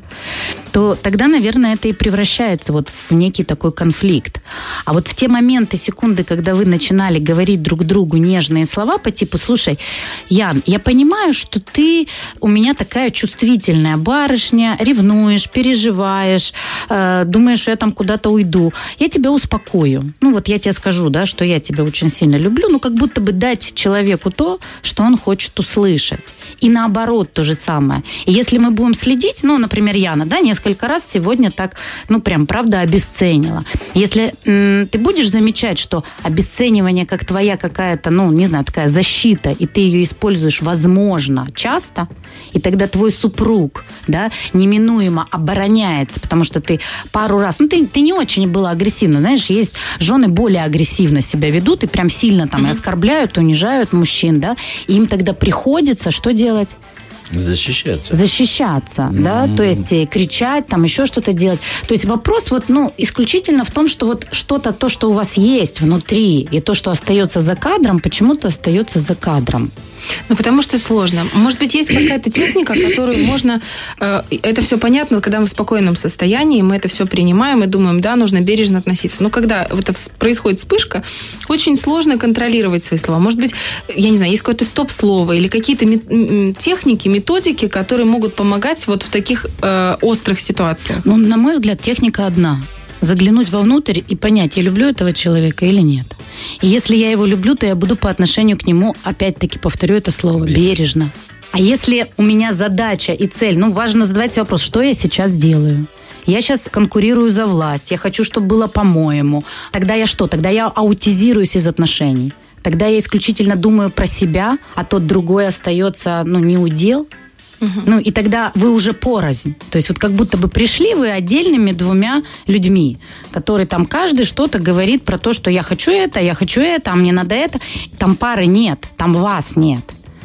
То тогда, наверное, это и превращается вот в некий такой конфликт. А вот в те моменты, секунды, когда вы начинали говорить друг другу нежные слова по типу: слушай, Ян, я понимаю, что ты у меня такая чувствительная барышня, ревнуешь, переживаешь, э, думаешь, что я там куда-то уйду. Я тебя успокою. Ну вот я тебе скажу, да, что я тебя очень сильно люблю, ну как будто бы дать человеку то, что он хочет услышать. И наоборот то же самое. И если мы будем следить, ну, например, Яна, да, несколько раз сегодня так, ну, прям, правда, обесценила. Если м, ты будешь замечать, что обесценивание как твоя какая-то, ну, не знаю, такая защита, и ты ее используешь, возможно, часто, и тогда твой супруг, да, неминуемо обороняется, потому что ты пару раз, ну, ты, ты не очень была агрессивна, знаешь, есть жены более агрессивно себя ведут и прям сильно там mm-hmm. оскорбляют, унижают мужчин, да, и им тогда приходится что делать? Защищаться. Защищаться, mm-hmm. да, то есть э, кричать, там еще что-то делать. То есть вопрос вот, ну, исключительно в том, что вот что-то, то, что у вас есть внутри, и то, что остается за кадром, почему-то остается за кадром. Ну, потому что сложно. Может быть, есть какая-то техника, которую можно... Э, это все понятно, когда мы в спокойном состоянии, мы это все принимаем и думаем, да, нужно бережно относиться. Но когда это происходит вспышка, очень сложно контролировать свои слова. Может быть, я не знаю, есть какое-то стоп-слово или какие-то мет- техники, методики, которые могут помогать вот в таких э, острых ситуациях. Ну, на мой взгляд, техника одна. Заглянуть вовнутрь и понять, я люблю этого человека или нет. И если я его люблю, то я буду по отношению к нему, опять-таки повторю это слово, бережно. А если у меня задача и цель, ну, важно задавать себе вопрос, что я сейчас делаю? Я сейчас конкурирую за власть, я хочу, чтобы было по-моему. Тогда я что? Тогда я аутизируюсь из отношений. Тогда я исключительно думаю про себя, а тот другой остается, ну, не удел. Uh-huh. Ну, и тогда вы уже порознь. То есть вот как будто бы пришли вы отдельными двумя людьми, которые там каждый что-то говорит про то, что я хочу это, я хочу это, а мне надо это. Там пары нет, там вас нет.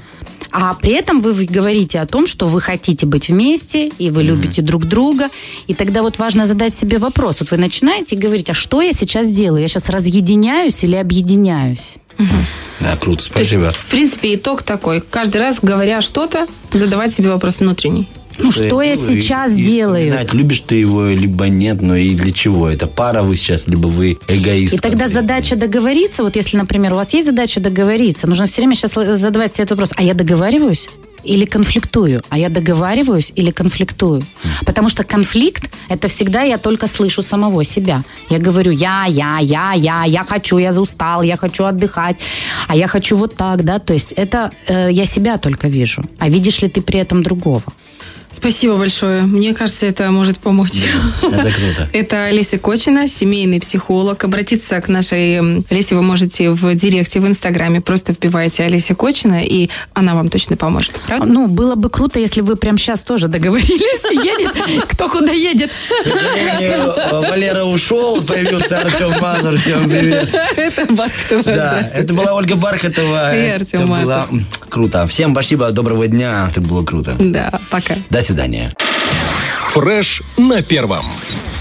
А при этом вы говорите о том, что вы хотите быть вместе, и вы mm-hmm. любите друг друга. И тогда вот важно задать себе вопрос. Вот вы начинаете говорить, а что я сейчас делаю? Я сейчас разъединяюсь или объединяюсь? Угу. Да, круто, спасибо. То есть, в принципе, итог такой. Каждый раз, говоря что-то, задавать себе вопрос внутренний. Ну, что, что я и, сейчас и, делаю? И любишь ты его, либо нет, но и для чего? Это пара вы сейчас, либо вы эгоист. И тогда задача договориться, вот если, например, у вас есть задача договориться, нужно все время сейчас задавать себе этот вопрос, а я договариваюсь или конфликтую? А я договариваюсь или конфликтую? Потому что конфликт, это всегда я только слышу самого себя. Я говорю, я, я, я, я, я хочу, я устал, я хочу отдыхать, а я хочу вот так, да, то есть это э, я себя только вижу. А видишь ли ты при этом другого? Спасибо большое. Мне кажется, это может помочь. Да, это круто. Это Леся Кочина, семейный психолог. Обратиться к нашей Лесе вы можете в директе, в Инстаграме. Просто вбивайте Олеся Кочина, и она вам точно поможет. Правда? Ну, было бы круто, если вы прямо сейчас тоже договорились и едет. Кто куда едет. К сожалению, Валера ушел, появился Артем Мазур. Всем привет. Это Бархатова. Да, это была Ольга Бархатова. И Артем Мазур. Это было круто. Всем спасибо, доброго дня. Это было круто. Да, пока. До свидания. Фреш на первом.